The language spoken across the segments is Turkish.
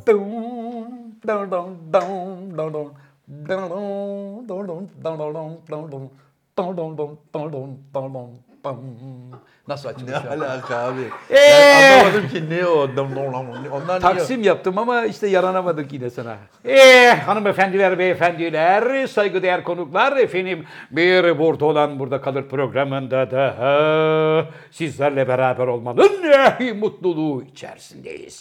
Nasıl açılış Ne yaptım? alaka abi? Ben anlamadım ki ne o. Onlar Taksim yaptım ama işte yaranamadık yine sana. Hanımefendiler, beyefendiler, saygıdeğer konuklar, efendim bir burada olan burada kalır programında da sizlerle beraber olmanın mutluluğu içerisindeyiz.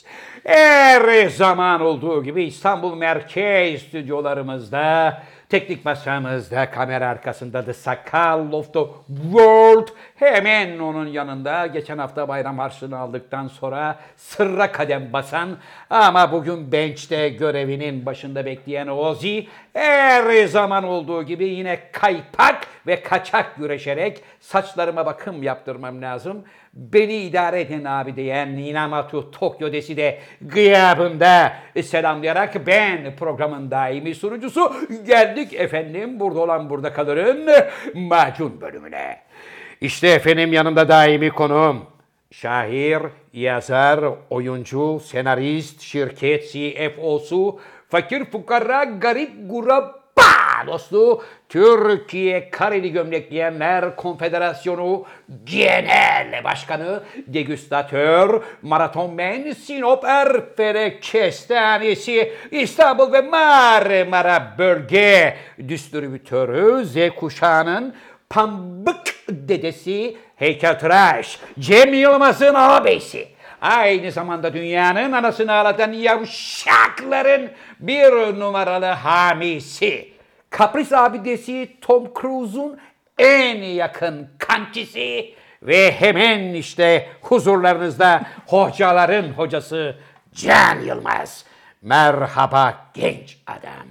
Her zaman olduğu gibi İstanbul Merkez stüdyolarımızda, teknik masamızda, kamera arkasında The Sakal of the World, hemen onun yanında geçen hafta bayram harçlığını aldıktan sonra sırra kadem basan ama bugün bench'te görevinin başında bekleyen Ozi, her zaman olduğu gibi yine kaypak ve kaçak güreşerek saçlarıma bakım yaptırmam lazım. Beni idare edin abi diyen Ninamatu Tokyo Desi de gıyabında selamlayarak ben programın daimi sunucusu geldik efendim burada olan burada kalırın macun bölümüne. İşte efendim yanımda daimi konuğum. Şair, yazar, oyuncu, senarist, şirket CFO'su, fakir fukara, garip guraba dostu, Türkiye Kareli Gömlek Giyenler Konfederasyonu Genel Başkanı, degüstatör, maratonmen, Sinop Erfelek Kestanesi, İstanbul ve Marmara Bölge Distribütörü, Z kuşağının pambık dedesi, heykeltıraş, Cem Yılmaz'ın ağabeysi. Aynı zamanda dünyanın anasını ağlatan yavşakların bir numaralı hamisi. Kapris abidesi, Tom Cruise'un en yakın kankisi ve hemen işte huzurlarınızda hocaların hocası Can Yılmaz. Merhaba genç adam.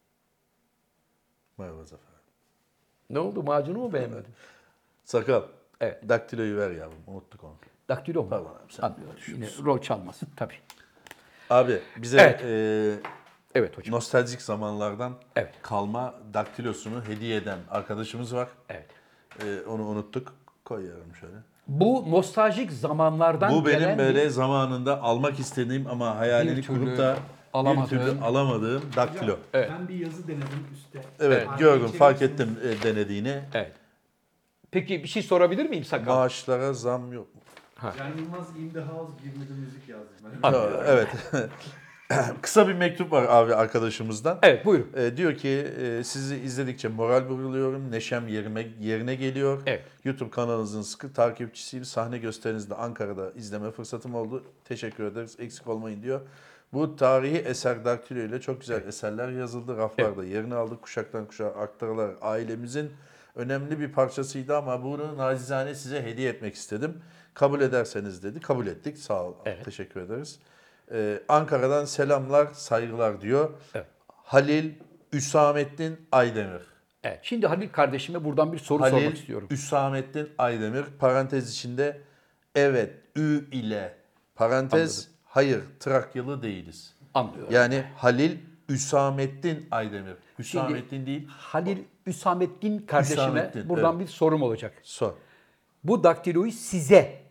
Merhaba Zafer. Ne oldu, macunu mu beğenmedin? Sakal. Evet. Daktiloyu ver yavrum. Unuttuk onu. Daktilo mu? Pardon abi, sen Anlıyorum. Yine rol çalmasın tabii. Abi bize Evet. Evet hocam. nostaljik zamanlardan Evet. kalma daktilosunu hediye eden arkadaşımız var. Evet. Onu unuttuk. Koy yavrum şöyle. Bu nostaljik zamanlardan Bu benim gelen böyle zamanında almak istediğim ama hayalini Bir türlü kurup da bir alamadığın- türlü alamadığım daktilo. Evet. Ben bir yazı denedim üstte. Evet, Harbi gördüm, fark çevirirsiniz. ettim denediğini. Evet. Peki bir şey sorabilir miyim Sakal? Maaşlara zam yok mu? Can Yılmaz In The House gibi de müzik yazdım ben. Anlıyorum. Evet. Kısa bir mektup var abi arkadaşımızdan. Evet buyurun. Diyor ki sizi izledikçe moral buluyorum, neşem yerine geliyor. Evet. YouTube kanalınızın sıkı takipçisiyim. Sahne gösterinizde Ankara'da izleme fırsatım oldu. Teşekkür ederiz, eksik olmayın diyor. Bu tarihi eser daktilo ile çok güzel eserler yazıldı. Raflarda yerini aldı. Kuşaktan kuşağa aktarılar ailemizin önemli bir parçasıydı ama bunu nacizane size hediye etmek istedim. Kabul ederseniz dedi. Kabul ettik. Sağ ol. Evet. Teşekkür ederiz. Ankara'dan selamlar, saygılar diyor. Evet. Halil Üsamettin Aydemir. Evet. Şimdi Halil kardeşime buradan bir soru sormak istiyorum. Üsamettin Aydemir. Parantez içinde evet Ü ile parantez hayır Trakyalı değiliz. Anlıyorum. Yani Halil Üsamettin Aydemir. Hüsamettin değil. Halil Üsamettin kardeşime Hüsamettin, buradan evet. bir sorum olacak. Sor. Bu daktiloyu size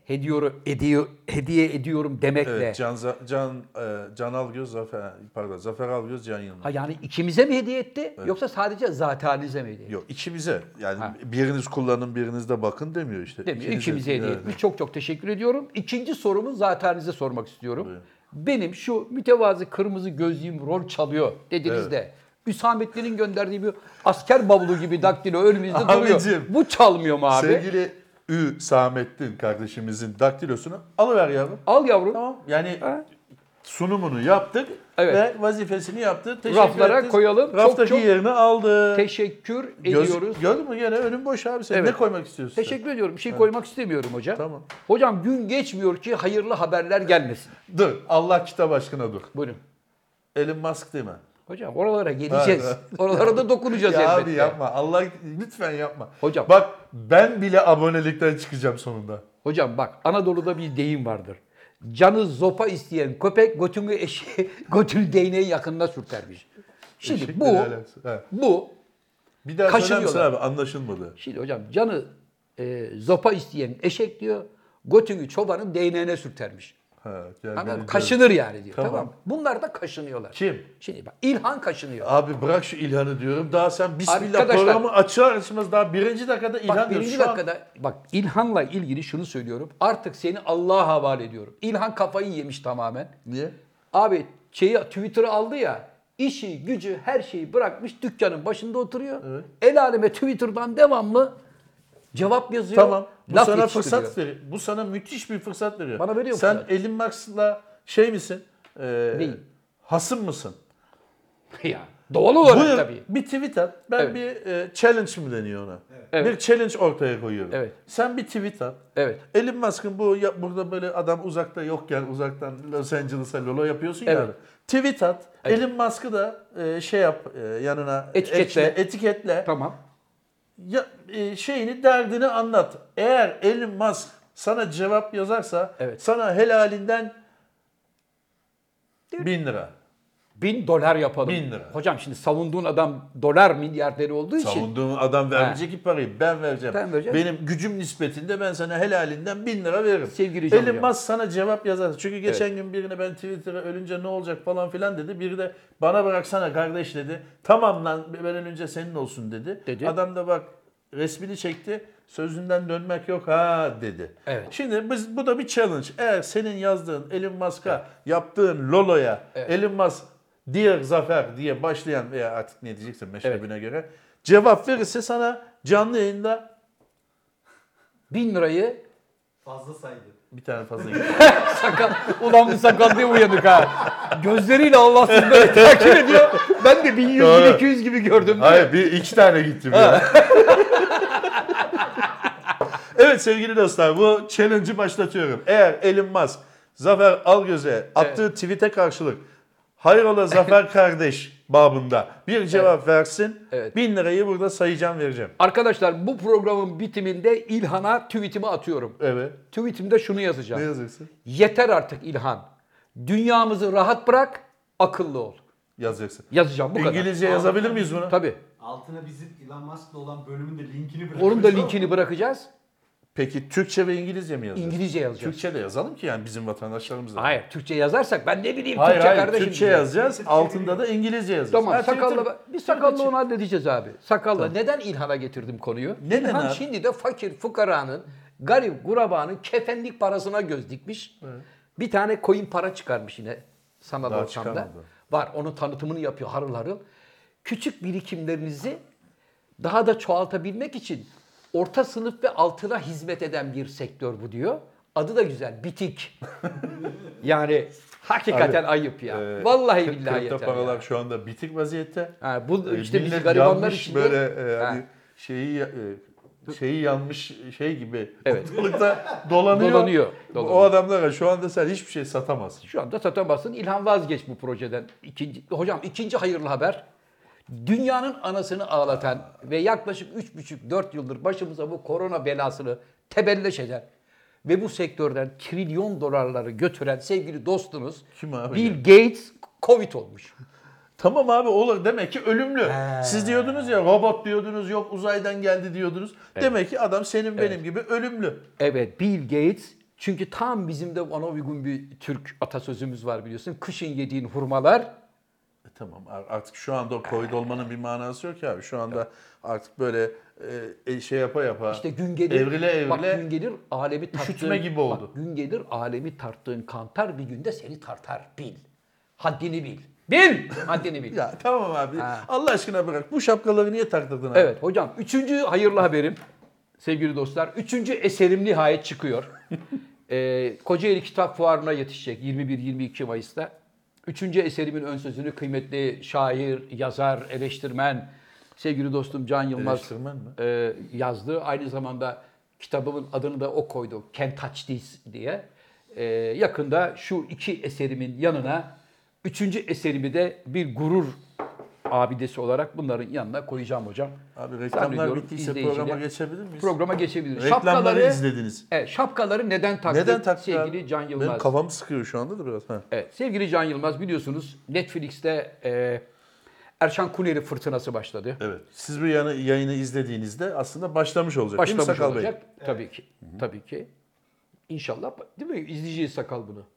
hediye ediyorum demekle. Evet Can Algöz Zafer Algöz Can Yılmaz. Ha yani ikimize mi hediye etti yoksa sadece zatenize mi hediye etti? Yok ikimize yani Ha. biriniz kullanın biriniz de bakın demiyor işte. Demiyor. İkimize hediye Evet. etmiş. Çok çok teşekkür ediyorum. İkinci sorumu zatenize sormak istiyorum. Buyurun. Benim şu mütevazı kırmızı gözlüğüm rol çalıyor dediniz de Hüsamettin'in gönderdiği bir asker bavulu gibi daktilo önümüzde duruyor. Abicim, Bu çalmıyor mu abi? Sevgili Üsamettin kardeşimizin daktilosunu alıver yavrum. Al yavrum. Tamam. Yani Ha. sunumunu yaptık Evet. ve vazifesini yaptı. Teşekkür Raflara ederiz. koyalım. Raftaki Çok yerini aldı. teşekkür ediyoruz. Gördün mü gene önün boş abi. Sen Evet. ne koymak istiyorsun? Teşekkür ediyorum. Bir şey koymak istemiyorum hocam. Tamam. Hocam gün geçmiyor ki hayırlı haberler gelmesin. Dur. Allah kitap aşkına dur. Buyurun. Elon Musk değil mi? Hocam oralara geleceğiz. Evet. Oralara da dokunacağız Ya elbette. abi yapma. Allah lütfen yapma. Hocam. Bak ben bile abonelikten çıkacağım sonunda. Hocam bak Anadolu'da bir deyim vardır. Canı zopa isteyen köpek götünü götünü değneğin yakınına sürtermiş. Şimdi Eşek bu mi alakası? He. bu Bir daha söyler misin Kaşınıyorlar. abi? Anlaşılmadı. şimdi hocam canı zopa isteyen eşek diyor götünü çobanın değneğine sürtermiş. Ha, gel Anladın mı? beni Kaşınır yani diyor. Tamam. Tamam mı? Bunlar da kaşınıyorlar. Kim? Şimdi bak İlhan kaşınıyor. Abi bırak şu İlhan'ı diyorum. Daha sen bismillah Arkadaşlar- programı açar açmaz daha birinci dakikada İlhan Bak diyor. birinci Şu an- dakikada bak İlhan'la ilgili şunu söylüyorum. Artık seni Allah'a havale ediyorum. İlhan kafayı yemiş tamamen. Niye? Abi Twitter'ı aldı ya. İşi, gücü, her şeyi bırakmış dükkanın başında oturuyor. Evet. El aleme Twitter'dan devamlı cevap yazıyor. Tamam. Bu laf sana yetiştiriyor. fırsat veriyor. Bu sana müthiş bir fırsat veriyor. Bana veriyor Sen fırsat. Elon Musk'la şey misin? Neyim? Hasım mısın? Ya doğal olarak Buyur tabii. bir tweet at. Ben Evet. bir challenge mı deniyor ona? Evet. Bir challenge ortaya koyuyorum. Evet. Sen bir tweet at. Evet. Elon Musk'ın burada böyle adam uzakta yokken uzaktan Los Angeles'a lolo yapıyorsun ya Evet. abi. Tweet at. Evet. Elon Musk'ı da şey yap yanına Etiketle. etiketle. Tamam. Ya, şeyini derdini anlat. Eğer Elon Musk sana cevap yazarsa Evet. sana helalinden 1000 lira. $1000 yapalım. 1000 lira. Hocam şimdi savunduğun adam dolar milyarderi olduğu için. Savunduğum adam vermeyecek ki parayı ben vereceğim. Ben vereceğim. Benim gücüm nispetinde ben sana helalinden 1000 lira veririm. Sevgili Can Elon Hocam. Musk sana cevap yazar. Çünkü geçen gün birine ben Twitter'a ölünce ne olacak falan filan dedi. Biri de bana bıraksana kardeş dedi. Tamam lan ben ölünce senin olsun dedi. Dedi. Adam da bak resmini çekti. Sözünden dönmek yok ha dedi. Evet. Şimdi bu da bir challenge. Eğer senin yazdığın Elon Musk'a yaptığın Lolo'ya Elon Musk Dear Zafer diye başlayan veya artık ne diyeceksin meşrebine göre cevap verirse sana canlı yayında 1000 lirayı Fazla saydı. bir tane fazla gidiyor. sakal. Ulan bu sakal diye uyanık ha. Gözleriyle Allah'sız böyle takip ediyor. Ben de 1100 Doğru. 1200 gibi gördüm. Hayır iki tane gittim ya. Evet sevgili dostlar bu challenge'ı başlatıyorum. Eğer Elon Musk Zafer Algöz'e attığı tweet'e karşılık hayrola Zafer kardeş babında bir cevap versin. Evet. 1000 lirayı burada sayacağım vereceğim. Arkadaşlar bu programın bitiminde İlhan'a tweetimi atıyorum. Evet. Tweetimde şunu Ne yazacağım. yazacaksın? Yeter artık İlhan. Dünyamızı rahat bırak, akıllı ol. Yazacaksın. Yazacağım bu kadar. İngilizce yazabilir miyiz bunu? Tabii. Altına bizim Elon Musk'la olan bölümün de linkini bırakırız. Onun da linkini bırakacağız. Peki Türkçe ve İngilizce mi yazacağız? İngilizce yazacağız. Türkçe de yazalım ki yani bizim vatandaşlarımız da. Hayır, Türkçe yazarsak ben ne bileyim Hayır, Türkçe hayır, kardeşim. Türkçe diyeceğim. yazacağız. Altında da İngilizce yazacağız. Tamam, Ha, sakalla bir sakallı Twitter- onu halledeceğiz abi. Sakalla. Tamam. Neden İlhan'a getirdim konuyu? Neden İlhan abi? şimdi de fakir fukaranın, garip gurabanın kefenlik parasına göz dikmiş. Bir tane coin para çıkarmış yine sanal Daha ortamda. çıkarmadı. Var, onun tanıtımını yapıyor harıl harıl. Küçük birikimlerinizi daha da çoğaltabilmek için orta sınıf ve altına hizmet eden bir sektör bu diyor. Adı da güzel, bitik. Yani hakikaten Abi, ayıp ya. Vallahi billahi kripto yeter paralar ya. şu anda bitik vaziyette. Ha, bu işte biz Millet garibanlar yanmış için böyle Ha. hani şeyi yanmış şey gibi Evet. ortalıkta dolanıyor. Dolanıyor. O adamlara şu anda sen hiçbir şey satamazsın. Şu anda satamazsın. İlhan vazgeç bu projeden. Hocam ikinci hayırlı haber. Dünyanın anasını ağlatan ve yaklaşık 3,5-4 yıldır başımıza bu korona belasını tebelleş eden ve bu sektörden trilyon dolarları götüren sevgili dostunuz Kim abi Bill Gates Covid olmuş. Tamam abi olur demek ki ölümlü. Siz diyordunuz ya robot diyordunuz yok uzaydan geldi diyordunuz. Demek ki adam senin benim gibi ölümlü. Evet, Bill Gates, çünkü tam bizim de ona uygun bir Türk atasözümüz var biliyorsun. Kışın yediğin hurmalar. Tamam artık şu anda o Covid olmanın bir manası yok ya abi. Şu anda artık böyle şey yapa İşte gün gelir, evrile bak gün gelir alemi tarttığın, üşütme gibi oldu. Bak, gün gelir alemi tarttığın kantar bir günde seni tartar, bil. Haddini bil. Bil! Haddini bil. Ya tamam abi. Ha. Allah aşkına bırak. Bu şapkaları niye taktırdın abi? Evet hocam, 3. hayırlı haberim sevgili dostlar. 3. eserim nihayet çıkıyor. Kocaeli Kitap Fuarı'na yetişecek 21-22 Mayıs'ta. 3. eserimin ön sözünü kıymetli şair, yazar, eleştirmen, sevgili dostum Can Yılmaz Eleştirmen mi? yazdı. Aynı zamanda kitabımın adını da o koydu. Can't Touch This diye. Yakında şu 2 eserimin yanına 3. eserimi de bir gurur abidesi olarak bunların yanına koyacağım hocam. Abi reklamlar Zannediyorum bittiyse izleyiciler- programa geçebilir miyiz? Programa geçebiliriz. Reklamları izlediniz. Evet, şapkaları neden taktık Neden taktın sevgili abi? Can Yılmaz? Benim kafam sıkıyor şu anda da biraz. Ha. Evet, sevgili Can Yılmaz biliyorsunuz Netflix'te Erşan Kuneri fırtınası başladı. Evet. Siz bu yayını izlediğinizde aslında başlamış olacak değil mi Başlamış Sakal olacak. Tabii ki. Tabii ki. İnşallah değil mi? İzleyeceğiz Sakal bunu.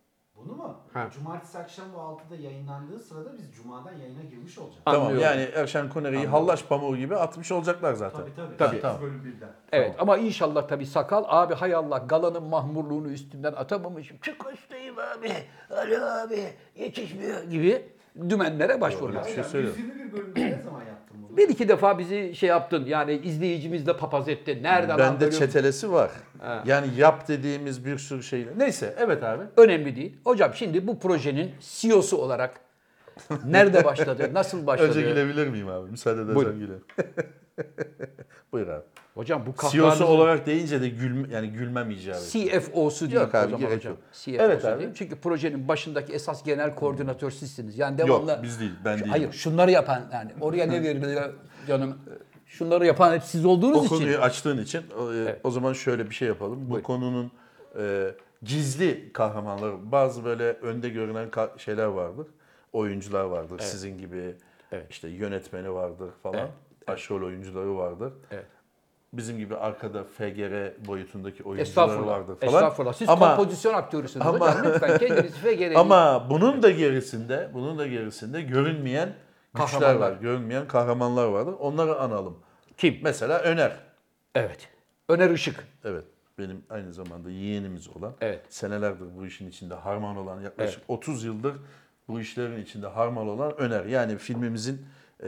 Bunu mu? Ha. Cumartesi akşam bu 6'da yayınlandığı sırada biz Cuma'dan yayına girmiş olacağız. Tamam Anlıyorum. yani Erşen Kuneri'yi hallaç pamuğu gibi atmış olacaklar zaten. Tabii. Tamam. Bölüm birden. Evet ama inşallah tabii sakal abi hay Allah galanın mahmurluğunu üstümden atamamışım. Çok hastayım abi. Ali abi yetişmiyor gibi dümenlere başvuruyor. Bir şey Hocam, söyleyeyim. 121 bölümde ne zaman yaptın bunu? Bir iki defa bizi şey yaptın yani izleyicimizle papaz ettin. Nereden lan Bende bölüm? çetelesi var. Ha. Yani yap dediğimiz bir sürü şey. Neyse evet abi. Önemli değil. Hocam şimdi bu projenin CEO'su olarak nerede başladı, nasıl başladı? Önce gülebilir miyim abi? Müsaade edersen Buyurun. gülerim. Buyur abi. Hocam bu CEO'su kahkahanızı... olarak deyince de yani gülmem icap ediyor. CFO'su değil Yok abi, o zaman gerek hocam. yok. CFO'su Evet abi. değil. Çünkü projenin başındaki esas genel koordinatör sizsiniz. Yani devamlı... Yok biz değil, ben değilim. Hayır şunları yapan yani oraya ne veriliyor canım şunları yapan hep siz olduğunuz O için. konuyu açtığın için o zaman şöyle bir şey yapalım. Bu Buyurun. konunun gizli kahramanları, bazı böyle önde görünen şeyler vardır. Oyuncular vardır sizin gibi. Evet. İşte yönetmeni vardır falan. Evet. Başrol oyuncuları vardır. Evet. Bizim gibi arkada FGR boyutundaki oyuncuları Estağfurullah. vardır falan. Estağfurullah. Siz kompozisyon aktörüsünüz hocam. Lütfen kendinizi FGR'yi... Ama bunun da gerisinde görünmeyen güçler Kahramanlar. var. Görünmeyen kahramanlar vardır. Onları analım. Kim? Mesela Öner. Evet. Öner Işık. Evet. Benim aynı zamanda yeğenimiz olan, Evet. senelerdir bu işin içinde harman olan, yaklaşık 30 yıldır bu işlerin içinde harman olan Öner. Yani filmimizin,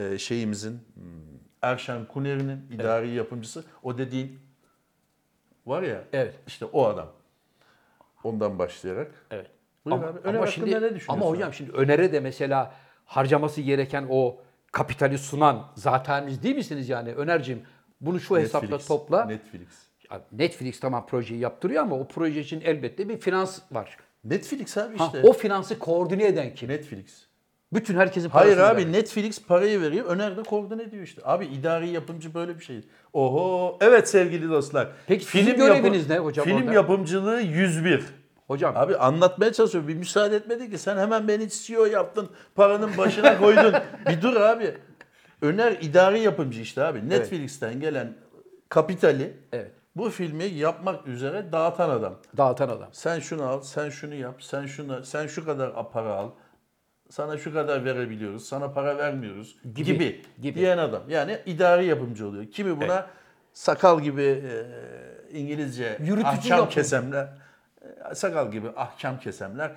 Erşen Kuneri'nin idari yapımcısı. O dediğin var ya, Evet. işte o adam. Ondan başlayarak. Evet. Buyur abi. Öner hakkında ne düşünüyorsun? Ama hocam şimdi Öner'e de mesela harcaması gereken o kapitali sunan zateniniz değil misiniz yani Öner'cim? Bunu şu hesapla topla. Netflix. Netflix tamam projeyi yaptırıyor ama o proje için elbette bir finans var. Netflix abi Ha, işte. o finansı koordine eden kim? Netflix. Bütün herkesin parasını Hayır abi veren. Netflix parayı veriyor. Öner de koordine ediyor işte. Abi idari yapımcı böyle bir şey. Oho. Evet sevgili dostlar. Peki sizin göreviniz ne hocam Film orada? yapımcılığı 101. Hocam Abi anlatmaya çalışıyorum. Bir müsaade etmedi ki. Sen hemen beni CEO yaptın. Paranın başına koydun. Bir dur abi. Öner idari yapımcı işte abi. Netflix'ten gelen kapitali evet, bu filmi yapmak üzere dağıtan adam. dağıtan adam. Sen şunu al, sen şunu yap, sen şu kadar para al. Sana şu kadar verebiliyoruz, sana para vermiyoruz gibi diyen adam. Yani idari yapımcı oluyor. Kimi buna sakal gibi İngilizce Yürütücü ahkam yapım. kesemler, sakal gibi ahkam kesemler,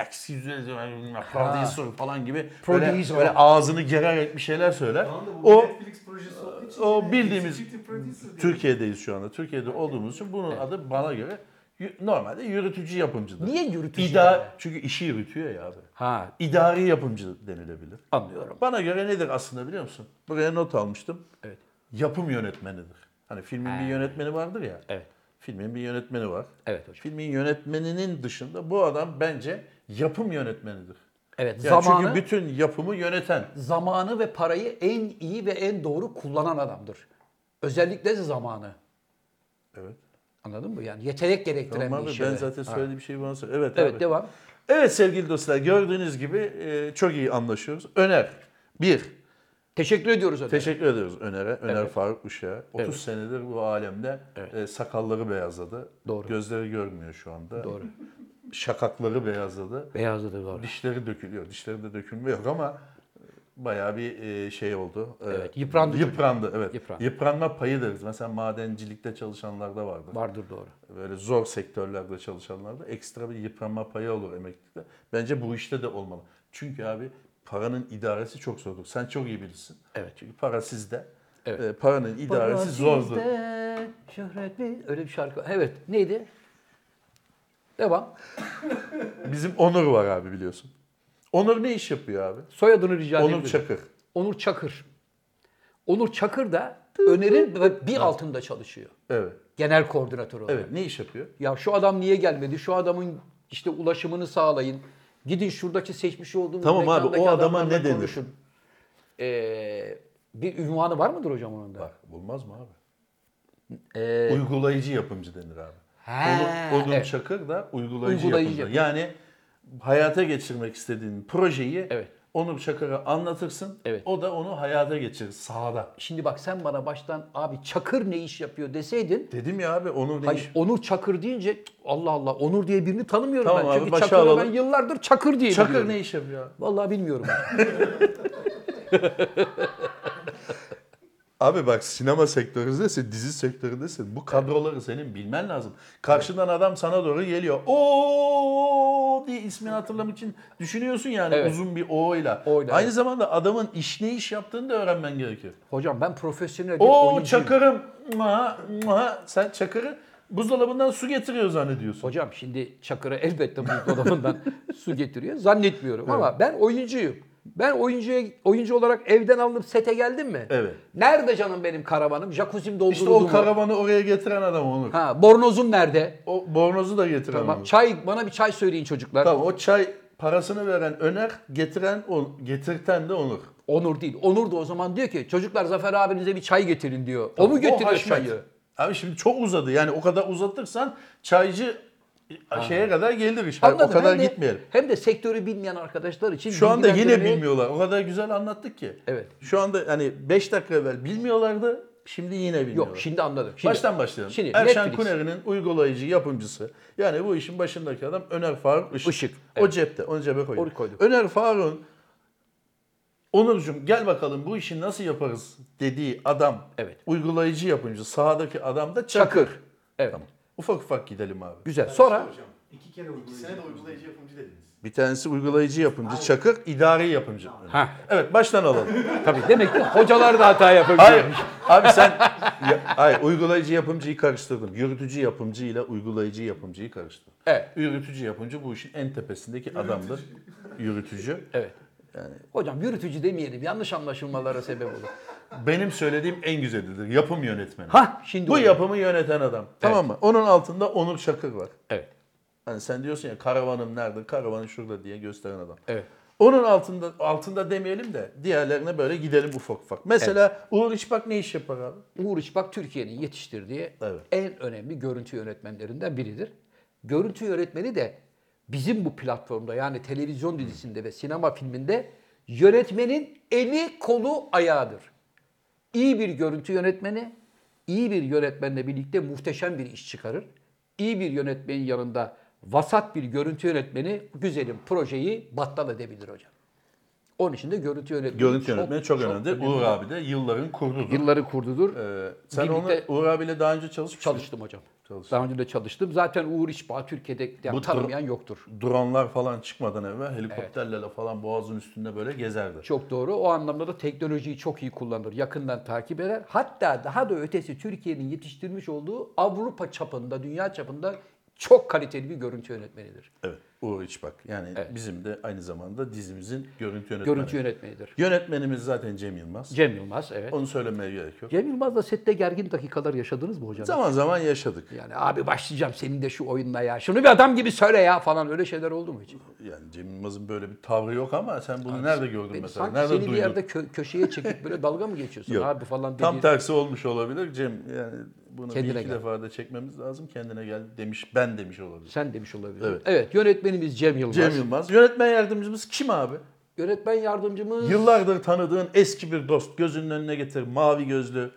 producer falan gibi böyle ağzını gererek bir şeyler söyler. Şu anda bu Netflix projesi olduğu için O yine bildiğimiz executive producer diye- Türkiye'deyiz şu anda. Türkiye'de olduğumuz için bunun adı bana göre normalde yürütücü yapımcıdır. Niye yürütücü yani? Çünkü işi yürütüyor ya abi. Ha, İdari yapımcı denilebilir. anlıyorum. Bana göre nedir aslında biliyor musun? Buraya not almıştım. Evet. Yapım yönetmenidir. Hani filmin bir yönetmeni vardır ya. Evet. Filmin bir yönetmeni var. Evet hocam. Filmin yönetmeninin dışında bu adam bence yapım yönetmenidir. Evet, Yani zamanı, çünkü bütün yapımı yöneten. zamanı ve parayı en iyi ve en doğru kullanan adamdır. Özellikle zamanı. Evet. Anladın mı? Yani yetenek gerektiren Tamam bir abi iş. ben evet. zaten Ha. söylediğim şeyi bana söyle. Evet, Evet, abi. devam. Evet sevgili dostlar gördüğünüz gibi çok iyi anlaşıyoruz. Öner. Bir. Teşekkür ediyoruz Öner. Teşekkür ediyoruz Öner'e. Öner Evet. Faruk Uşak'a. 30 Evet. senedir bu alemde sakalları beyazladı. Doğru. Gözleri görmüyor şu anda. Doğru. Şakakları beyazladı. Beyazladı doğru. Dişleri dökülüyor. Dişlerinde dökülme yok ama bayağı bir şey oldu. Evet, yıprandı Yıprandı evet. Yıprandı. Yıpranma payı deriz. Mesela madencilikte çalışanlarda vardır. Vardır doğru. Böyle zor sektörlerde çalışanlarda ekstra bir yıpranma payı olur emeklilikte. Bence bu işte de olmalı. Çünkü abi paranın idaresi çok zordur. Sen çok iyi bilirsin. Evet. Çünkü para sizde. Evet. Paranın idaresi zordur. Sizde şöhret mi? Öyle bir şarkı. Evet. Neydi? Devam. Bizim Onur var abi biliyorsun. Onur ne iş yapıyor abi? Soyadını rica edeyim. Onur Çakır. Onur Çakır. Onur Çakır da Öner'in bir altında çalışıyor. Evet. Genel koordinatör olarak. Evet. Ne iş yapıyor? Ya şu adam niye gelmedi? Şu adamın işte ulaşımını sağlayın. Gidin şuradaki seçmiş olduğunuz Tamam abi, mekandaki o adama adamlarla ne denir? konuşun. Bir ünvanı var mıdır hocam onun da? Bak bulmaz mı abi? Ee, Uygulayıcı yapımcı denir abi. Onur evet. Çakır da uygulayıcı Uygulayıcı yapımcı. Yani hayata geçirmek istediğin projeyi Evet. Onur Çakır'a anlatırsın. Evet. O da onu hayata geçirir sahada. Şimdi bak sen bana baştan abi Çakır ne iş yapıyor deseydin. Dedim ya abi Onur ne Hayır, iş? Onur Çakır deyince Allah Allah Onur diye birini tanımıyorum Tamam ben. abi, Çünkü başa Çakır'ı alalım. ben yıllardır Çakır diye Çakır biliyorum. ne iş yapıyor? Vallahi bilmiyorum. Abi bak sinema sektöründesin, dizi sektöründesin. Bu kadroları senin bilmen lazım. Karşıdan adam sana doğru geliyor. O diye ismini hatırlamak için düşünüyorsun yani Evet. uzun bir O'yla. O'yla, Aynı evet. zamanda adamın ne iş yaptığını da öğrenmen gerekiyor. Hocam ben profesyonel bir O oyuncuyum. Çakır'ım. Sen Çakır'ı buzdolabından su getiriyor zannediyorsun. Hocam şimdi Çakır'a elbette buzdolabından su getiriyor. Zannetmiyorum ama ben oyuncuyum. Ben oyuncu olarak evden alınıp sete geldim mi? Evet. Nerede canım benim karavanım? Jacuzzi'm dolduruldu İşte o mu? karavanı oraya getiren adam Onur. Ha, bornozum nerede? O bornozu da getiren Tamam. Onur. Bana bir çay söyleyin çocuklar. Tamam o çay parasını veren Öner, getirten de Onur. Onur değil. Onur da o zaman diyor ki çocuklar Zafer abinize bir çay getirin diyor. O mu getiriyor Haşmet. çayı? Abi şimdi çok uzadı. Yani o kadar uzatırsan çaycı şeye kadar gelir iş. Hani Anladım. o kadar Hem de- gitmeyelim. Hem de sektörü bilmeyen arkadaşlar için Şu anda yine bilgilendirmeye- bilmiyorlar. O kadar güzel anlattık ki. Evet. Şu anda hani 5 dakika evvel bilmiyorlardı. Şimdi yine bilmiyorlar. Yok şimdi anladım. Şimdi, Baştan başlayalım. Şimdi Erşen Netflix. Kuneri'nin uygulayıcı, yapımcısı. Yani bu işin başındaki adam Öner Faruk Işık. Işık, O evet. cepte. Onu cebe koyduk. Onu koyduk. Öner Faruk'un Onurcuğum gel bakalım bu işi nasıl yaparız dediği adam. Evet. Uygulayıcı yapımcı. Sahadaki adam da Çakır. Çakır. Evet. Ufak ufak gidelim abi. Güzel. Sonra Hocam 2 kere uygulayıcı. İkisine de uygulayıcı yapımcı dediniz. Bir tanesi uygulayıcı yapımcı Çakır, idari yapımcı. ha Evet baştan alalım. tabii demek ki hocalar da hata yapabiliyor. Hayır. Abi sen hayır uygulayıcı yapımcıyı karıştırdım. Yürütücü yapımcı ile uygulayıcı yapımcıyı karıştırdım. Evet. Yürütücü yapımcı bu işin en tepesindeki adamdır. Yürütücü. Evet. Hocam yürütücü demeyelim. Yanlış anlaşılmalara sebep olur. Benim söylediğim en güzelidir. Yapım yönetmeni. Şimdi Bu oldu. yapımı yöneten adam. Tamam mı? Onun altında Onur Çakır var. Evet. Hani sen diyorsun ya karavanım nerede? Karavanın şurada diye gösteren adam. Evet. Onun altında demeyelim de diğerlerine böyle gidelim ufak ufak. Mesela Uğur İçbak ne iş yapar abi? Uğur İçbak Türkiye'nin yetiştirdiği Evet. en önemli görüntü yönetmenlerinden biridir. Görüntü yönetmeni de bizim bu platformda yani televizyon dizisinde ve sinema filminde yönetmenin eli kolu ayağıdır. İyi bir görüntü yönetmeni, iyi bir yönetmenle birlikte muhteşem bir iş çıkarır. İyi bir yönetmenin yanında vasat bir görüntü yönetmeni güzelim projeyi battal edebilir hocam. Onun için de görüntü yönetmeni Görüntü yönetmeni çok önemli. Uğur abi de yılların kurdudur. Yılları kurdudur. Sen birlikte- Uğur abiyle daha önce çalışmış mıydın? Çalıştım hocam. Çalıştın. Daha önce de çalıştım. Zaten Uğur İşbağ Türkiye'de yani Bu tanımayan yoktur. Dronlar falan çıkmadan evvel helikopterlerle falan boğazın üstünde böyle gezerdi. Çok doğru. O anlamda da teknolojiyi çok iyi kullanır. Yakından takip eder. Hatta daha da ötesi Türkiye'nin yetiştirmiş olduğu Avrupa çapında, dünya çapında çok kaliteli bir görüntü yönetmenidir. Evet. Uğur İçbak. Yani bizim de aynı zamanda dizimizin görüntü yönetmeni. Görüntü yönetmenidir. Yönetmenimiz zaten Cem Yılmaz. Cem Yılmaz, evet. Onu söylemeye gerek yok. Cem Yılmaz'la sette gergin dakikalar yaşadınız mı hocam? Zaman zaman yaşadık. Yani abi başlayacağım senin de şu oyunla ya. Şunu bir adam gibi söyle ya falan öyle şeyler oldu mu hiç? Yani Cem Yılmaz'ın böyle bir tavrı yok ama sen bunu nerede gördün Beni mesela? sanki Nerede seni duydun? bir yerde köşeye çekip böyle dalga mı geçiyorsun Yok. abi falan Tam dediğin- tersi olmuş olabilir. Cem yani bunu Kendine bir iki gel. defa da çekmemiz lazım. Kendine gel demiş. Ben demiş olabilir. Sen demiş olabilirsin. Evet. Evet, yönetmenimiz Cem Yılmaz. Cem Yılmaz. Yönetmen yardımcımız kim abi? Yönetmen yardımcımız Yıllardır tanıdığın eski bir dost. Gözünün önüne getir. Mavi gözlü.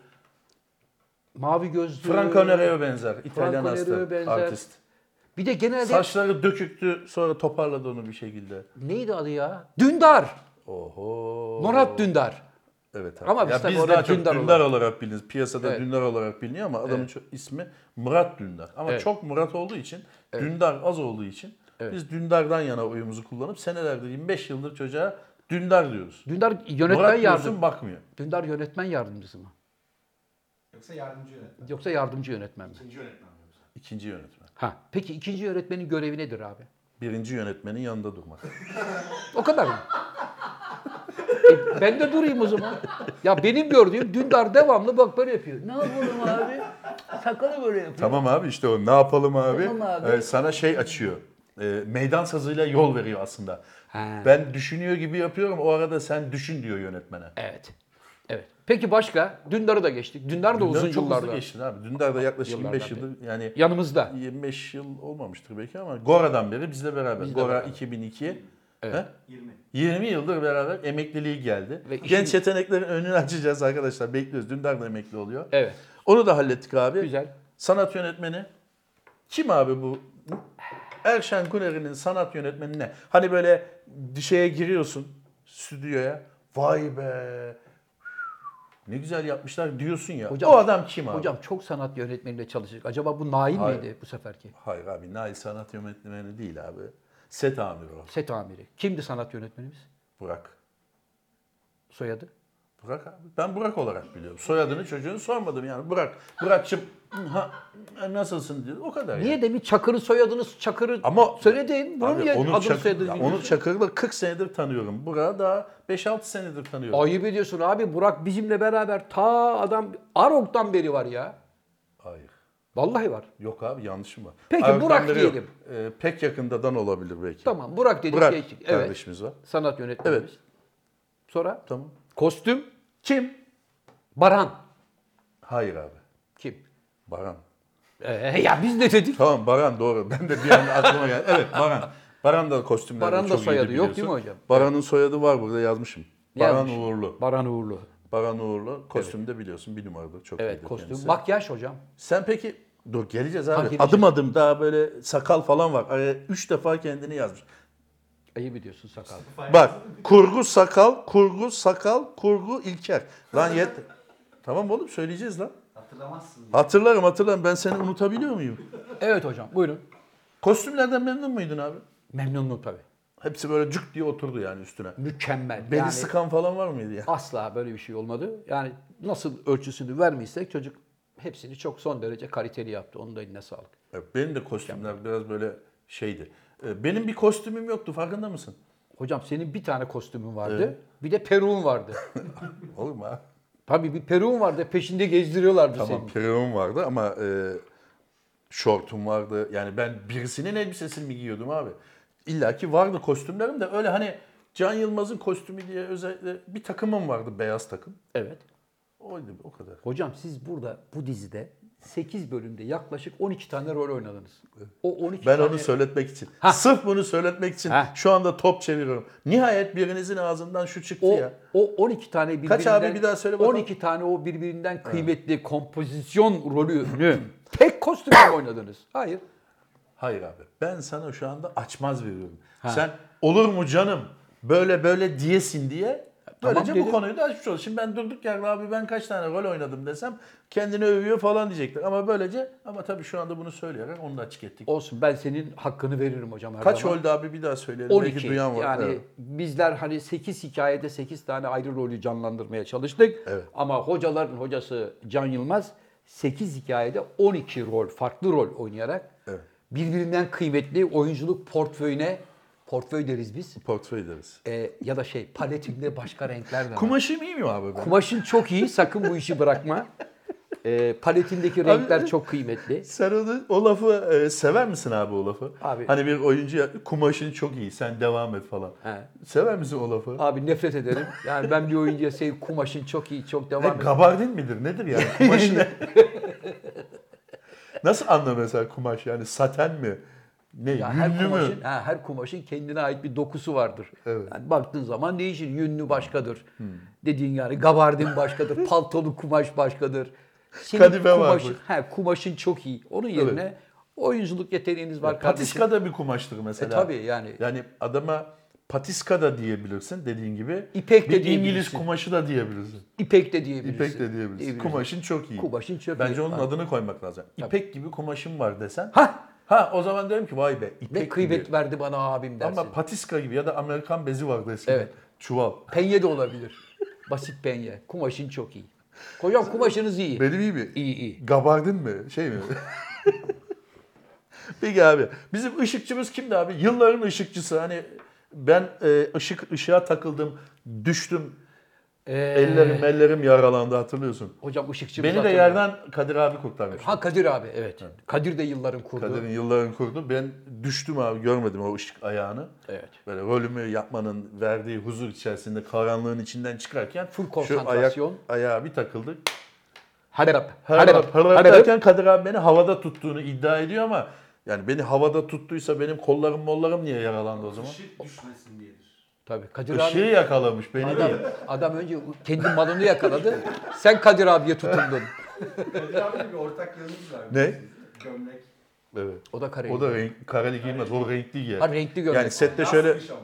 mavi gözlü. Franco Nero'ya benzer. İtalyan Franco Nero'ya hasta. benzer. Artist. Bir de genelde Saçları döküktü. Sonra toparladı onu bir şekilde. neydi adı ya? Dündar. Oho. Murat Dündar. Evet abi. Ama biz Ya tabii biz orada daha çok Dündar Dündar olarak biliniz. Piyasada Evet. Dündar olarak biliniyor ama adamın ismi Murat Dündar. Ama Evet. çok Murat olduğu için, Dündar az olduğu için biz Dündar'dan yana oyumuzu kullanıp senelerdir 25 yıldır çocuğa Dündar diyoruz. Dündar yönetmen Murat yardım. diyorsun bakmıyor. Dündar yönetmen yardımcısı mı? Yoksa yardımcı yönetmen. Yoksa yardımcı yönetmen mi? İkinci yönetmen mi yoksa? İkinci yönetmen. Ha. Peki ikinci yönetmenin görevi nedir abi? Birinci yönetmenin yanında durmak. O kadar mı? Ben de durayım o zaman. Ya benim gördüğüm Dündar devamlı bak böyle yapıyor. Ne yapalım abi? Sakalı böyle yapıyor. Tamam abi işte o ne yapalım abi? Tamam abi. Sana şey açıyor. Meydan sazıyla yol veriyor aslında. Ha. Ben düşünüyor gibi yapıyorum. O arada sen düşün diyor yönetmene. Evet. Evet. Peki başka? Dündar'ı da geçtik. Dündar da uzun Dündar çok yıllarda. hızlı geçti abi. Dündar da yaklaşık Yıllardan 25 yıldır yani Yanımızda. 25 yıl olmamıştır belki ama Gora'dan beri bizle beraber. Bizle Gora beraber. 2002, Evet. He? 20. 20 yıldır beraber emekliliği geldi. Ve işin- Genç yeteneklerin önünü açacağız arkadaşlar. Bekliyoruz. Dündar da emekli oluyor. Evet. Onu da hallettik abi. Güzel. Sanat yönetmeni. Kim abi bu? Erşen Kuneri'nin sanat yönetmeni ne? Hani böyle şeye giriyorsun stüdyoya. Vay be. Ne güzel yapmışlar diyorsun ya. Hocam- o adam kim abi? Hocam çok sanat yönetmeniyle çalıştık. Acaba bu Nail Hayır. miydi bu seferki? Hayır abi. Nail sanat yönetmeni değil abi. Set amiri o. Set amiri. Kimdi sanat yönetmenimiz? Burak. Soyadı? Burak abi. Ben Burak olarak biliyorum. Soyadını çocuğunu sormadım yani. Burak. Burak'cığım ha, nasılsın dedi. O kadar Niye yani. demin Çakır'ın soyadını Çakır'ı Ama söyledin? Bunu Abi niye onu, adını soyadını onu bilmiyorsun? Çakır'la 40 senedir tanıyorum. Burak'ı da 5-6 senedir tanıyorum. Ayıp ediyorsun abi. Burak bizimle beraber ta adam Arok'tan beri var ya. Hayır. Vallahi var. Yok abi yanlışım var. Peki, Arkamda Burak yok. diyelim. Pek yakındadan olabilir belki. Tamam Burak dedik Burak geçtik. Evet. kardeşimiz var. Sanat yönetmenimiz. Sonra Tamam. kostüm Kim? Baran. Hayır abi. Kim? Baran. Ya biz ne dedik? Tamam Baran doğru. Ben de bir anda aklıma geldi. Evet Baran. Baran da kostümlerde Baran'ın da çok iyiydi soyadı yok biliyorsun. değil mi hocam? Baran'ın soyadı var burada yazmışım. Baran Yazmış. Uğurlu. Baran Uğurlu. Baran Uğurlu. Kostümde biliyorsun bir numaradır. Çok Evet iyidir kostüm. kendisi. Makyaj hocam. Sen peki dur geleceğiz abi. geleceğiz. Adım adım daha böyle sakal falan var. Araya 3 defa kendini yazmış. Ayıp ediyorsun sakal. Bak kurgu sakal, kurgu sakal, kurgu İlker. Lan yet. Tamam oğlum söyleyeceğiz lan. Hatırlamazsın. Hatırlarım ben seni unutabiliyor muyum? Evet hocam buyurun. Kostümlerden memnun muydun abi? Memnunum tabii. Hepsi böyle cuk diye oturdu yani üstüne. Mükemmel. Beli Yani sıkan falan var mıydı ya? asla böyle bir şey olmadı. Yani nasıl ölçüsünü vermişsek çocuk hepsini çok son derece kaliteli yaptı. Onun da eline sağlık. Evet, benim de kostümler biraz böyle şeydi. Benim bir kostümüm yoktu farkında mısın? Hocam senin bir tane kostümün vardı. Bir de peruğun vardı. Olur mu abi? Tabii bir peruğun vardı. Peşinde gezdiriyorlardı Tamam seni. periyorum vardı ama şortum vardı. Yani ben birisinin elbisesini mi giyiyordum abi? İlla ki vardı kostümlerim de öyle hani Can Yılmaz'ın kostümü diye özellikle bir takımım vardı beyaz takım. Evet. Oydu o kadar. Hocam siz burada bu dizide 8 bölümde yaklaşık 12 tane rol oynadınız. O 12 Ben tane... onu söyletmek için. Ha. Sırf bunu söyletmek için Ha. şu anda top çeviriyorum. Nihayet birinizin ağzından şu çıktı ya. O 12 tane birbirinden... Kaç abi bir daha söyle bakalım. 12 tane o birbirinden kıymetli kompozisyon rolünü tek kostümle mi oynadınız? Hayır. Hayır abi. Ben sana şu anda açmaz veriyorum. Sen olur mu canım böyle böyle diyesin diye böylece Tamam bu dedim. konuyu da açmış olur. Şimdi ben durduk yerde abi ben kaç tane rol oynadım desem kendini övüyor falan diyecekler. Ama böylece ama tabii şu anda bunu söyleyerek onu da açık ettik. Olsun ben senin hakkını veririm hocam her Kaç zaman. roldü abi bir daha söyleyelim. 12. Belki duyan var. Yani Evet. bizler hani 8 hikayede 8 tane ayrı rolü canlandırmaya çalıştık. Evet. Ama hocaların hocası Can Yılmaz 8 hikayede 12 rol, farklı rol oynayarak Evet. birbirinden kıymetli oyunculuk portföy deriz biz. Portföy deriz. Ya da paletinde başka renkler de var. Kumaşım iyi mi abi ben? Kumaşın çok iyi, sakın bu işi bırakma. Paletindeki renkler çok kıymetli. Sen o lafı sever misin abi o lafı? Abi- Hani bir oyuncu kumaşın çok iyi sen devam et falan. He. Sever misin o lafı? Abi nefret ederim. Yani ben bir oyuncuya kumaşın çok iyi, çok Ne, devam et. gabardin midir? Nedir yani? Kumaş ne? Nasıl anla mesela kumaş yani saten mi? Ne? Ya her Yünlü mü? kumaşın, her kumaşın kendine ait bir dokusu vardır. Evet. Yani baktığın zaman değişir. Yünlü başkadır. Dediğin yani gabardin başkadır. Paltolu kumaş başkadır. Senin Kadife var kumaşın çok iyi. Onun yerine oyunculuk yeteneğiniz var kardeşim. Patiska da bir kumaştır mesela. Tabii yani. Yani adama patiska da diyebilirsin dediğin gibi. İpek de bir İngiliz diyebilirsin. kumaşı da diyebilirsin. İpek de diyebilirsin. İpek de diyebilirsin. Kumaşın çok iyi. Kumaşın çok iyi. Bence onun Tabii. adını koymak lazım. İpek gibi kumaşım var desen. Hah! Ha o zaman derim ki vay be ipek Ne kıymet gibi. verdi bana abim dersin. Ama patiska gibi ya da Amerikan bezi vardı eskiden. Evet. Çuval. Penye de olabilir. Basit penye. Kumaşın çok iyi. Hocam kumaşınız iyi. Benim iyi mi? İyi iyi. Gabardin mi? Şey mi? Peki abi. Bizim ışıkçımız kimdi abi? Yılların ışıkçısı. Hani ben ışığa takıldım, düştüm. Ellerim yaralandı hatırlıyorsun. Hocam ışıkçı. Beni de yerden Kadir abi kurtarmış. Ha Kadir abi evet. Kadir de yılların kurdu. Kadir'in yılların kurdu. Ben düştüm abi görmedim o ışık ayağını. Evet. Böyle rolümü yapmanın verdiği huzur içerisinde karanlığın içinden çıkarken Full şu konsantrasyon. ayağa bir takıldı. Hadi rap. Harap derken Kadir abi beni havada tuttuğunu iddia ediyor ama Yani beni havada tuttuysa benim kollarım niye yaralandı o zaman? Işık düşmesin diyedir. Tabii Kadir Işığı abi. yakalamış beni değil. Adam önce kendi malını yakaladı. Sen Kadir abiye tutundun. Kadir abi bir ortak yanımız var. Ne? Gömlek. Evet. O da kare. O da kareli giymez. O renkli giyer. Ha, renkli gömlek. Yani sette Yaz şöyle kış ama.